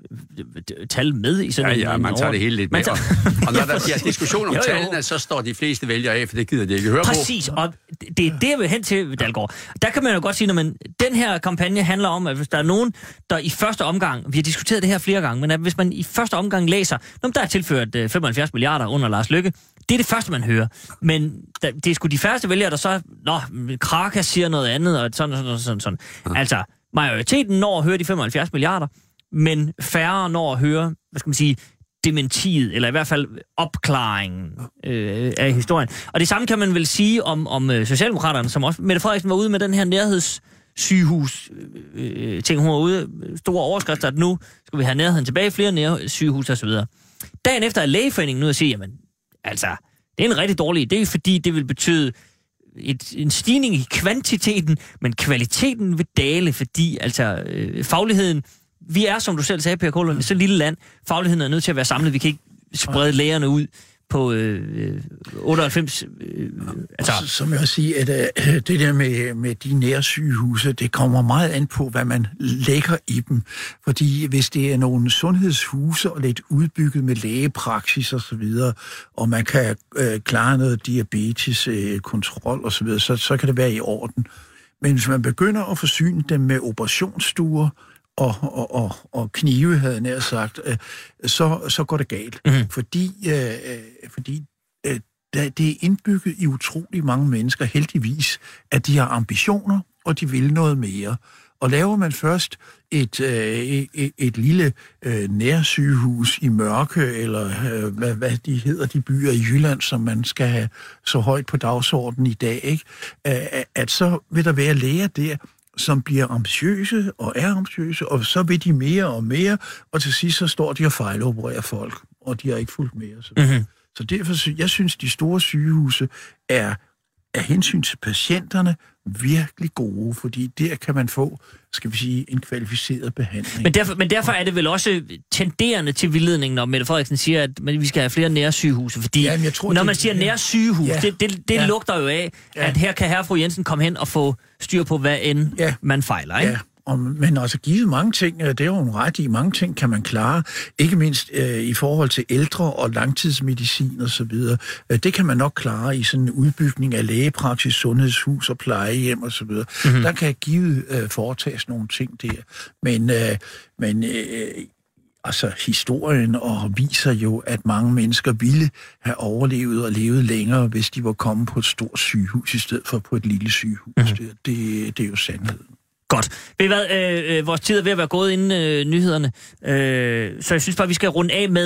tal med i sådan ja, en... Ja, man tager det hele lidt med. Tager... Og når der bliver diskussion om jo, jo. tallene, så står de fleste vælgere af, for det gider de ikke høre Præcis, på. Præcis, og det er det, jeg vil hen til, Dalgaard. Der kan man jo godt sige, at den her kampagne handler om, at hvis der er nogen, der i første omgang, vi har diskuteret det her flere gange, men at hvis man i første omgang læser, når der er tilført øh, femoghalvfjerds milliarder under Lars Løkke, det er det første, man hører. Men der, det er sgu de færreste vælgere, der så, nå, Kraka siger noget andet, og sådan og sådan og sådan. sådan. Ja. Altså, majoriteten når at høre de femoghalvfjerds milliarder, men færre når at høre, hvad skal man sige, dementiet, eller i hvert fald opklaringen øh, af historien. Og det samme kan man vel sige om, om øh, Socialdemokraterne, som også Mette Frederiksen var ude med den her nærhedssygehus øh, ting, hun var ude, store overskrifter, at nu skal vi have nærheden tilbage, flere nærhedssygehus og så videre. Dagen efter er Lægeforeningen nu at sige, jamen, altså, det er en rigtig dårlig idé, fordi det vil betyde Et, en stigning i kvantiteten, men kvaliteten vil dale, fordi altså øh, fagligheden, vi er, som du selv sagde, Per Kålund, så lille land, fagligheden er nødt til at være samlet, vi kan ikke sprede lægerne ud på øh, otteoghalvfems... Øh, altså. Som jeg vil sige, at øh, det der med, med de nærsygehuse, det kommer meget an på, hvad man lægger i dem. Fordi hvis det er nogle sundhedshuse og lidt udbygget med lægepraksis og så videre, og man kan øh, klare noget diabetes, øh, kontrol og så videre, så, så kan det være i orden. Men hvis man begynder at forsyne dem med operationsstuer, Og, og, og, og knive, havde jeg nær sagt, øh, så, så går det galt. Mm-hmm. Fordi, øh, fordi øh, det er indbygget i utrolig mange mennesker, heldigvis, at de har ambitioner, og de vil noget mere. Og laver man først et, øh, et, et lille øh, nærsygehus i Mørke, eller øh, hvad, hvad de hedder, de byer i Jylland, som man skal have så højt på dagsordenen i dag, ikke? At, at så vil der være læger der, som bliver ambitiøse og er ambitiøse, og så vil de mere og mere, og til sidst så står de og fejlopererer folk, og de har ikke fulgt med. Så, mm-hmm. så derfor, jeg synes, de store sygehuse er af hensyn til patienterne virkelig gode, fordi der kan man få, skal vi sige, en kvalificeret behandling. Men derfor, men derfor er det vel også tenderende til vildledningen, når Mette Frederiksen siger, at vi skal have flere nærsygehuse, fordi Jamen, jeg tror, når man det, siger nærsygehus, ja, det, det, det ja, lugter jo af, ja, at her kan herre fru Jensen komme hen og få styr på, hvad end ja, man fejler, ikke? Ja. Og, men altså givet mange ting, det er jo en ret i, mange ting kan man klare, ikke mindst øh, i forhold til ældre og langtidsmedicin og så videre. Det kan man nok klare i sådan en udbygning af lægepraksis, sundhedshus og plejehjem og så videre. Mm-hmm. Der kan givet øh, foretages nogle ting der. Men, øh, men øh, altså historien og viser jo, at mange mennesker ville have overlevet og levet længere, hvis de var kommet på et stort sygehus i stedet for på et lille sygehus. Mm-hmm. Det, det, det er jo sandheden. Godt. Ved I hvad, øh, vores tid er ved at være gået inden øh, nyhederne, øh, så jeg synes bare, vi skal runde af med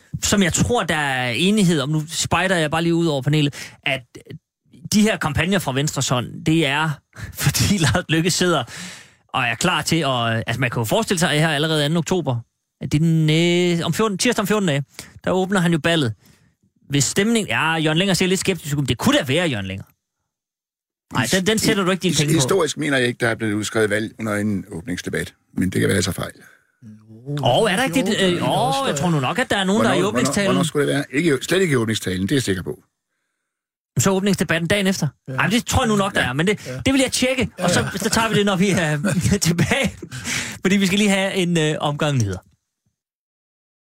som jeg tror, der er enighed om, nu spejder jeg bare lige ud over panelet, at de her kampagner fra Venstres hånd, det er, fordi Lars Løkke sidder og er klar til at... Altså, man kan jo forestille sig, at her allerede anden oktober, at det er den, øh, om fjorten, tirsdag om fjorten dage, der åbner han jo ballet. Hvis stemning... Ja, Jørgen Lenger ser lidt skeptisk ud, det kunne da være Jørgen Lenger. Nej, den, den sætter du ikke dine penge på. Historisk mener jeg ikke, der er blevet udskrevet valg under en åbningsdebat, men det kan være så fejl. Åh, oh, er der ikke det? Øh, Åh, oh, jeg tror nu nok, at der er nogen, hvornår, der er i åbningstalen. Hvornår, hvornår skulle det være? Ikke, slet ikke i åbningstalen, det er jeg sikker på. Så åbningsdebatten dagen efter? Ja. Ej, det tror jeg nu nok, der er, men det, ja. det vil jeg tjekke, og så, så tager vi det, når vi er tilbage. Fordi vi skal lige have en øh, omgang videre.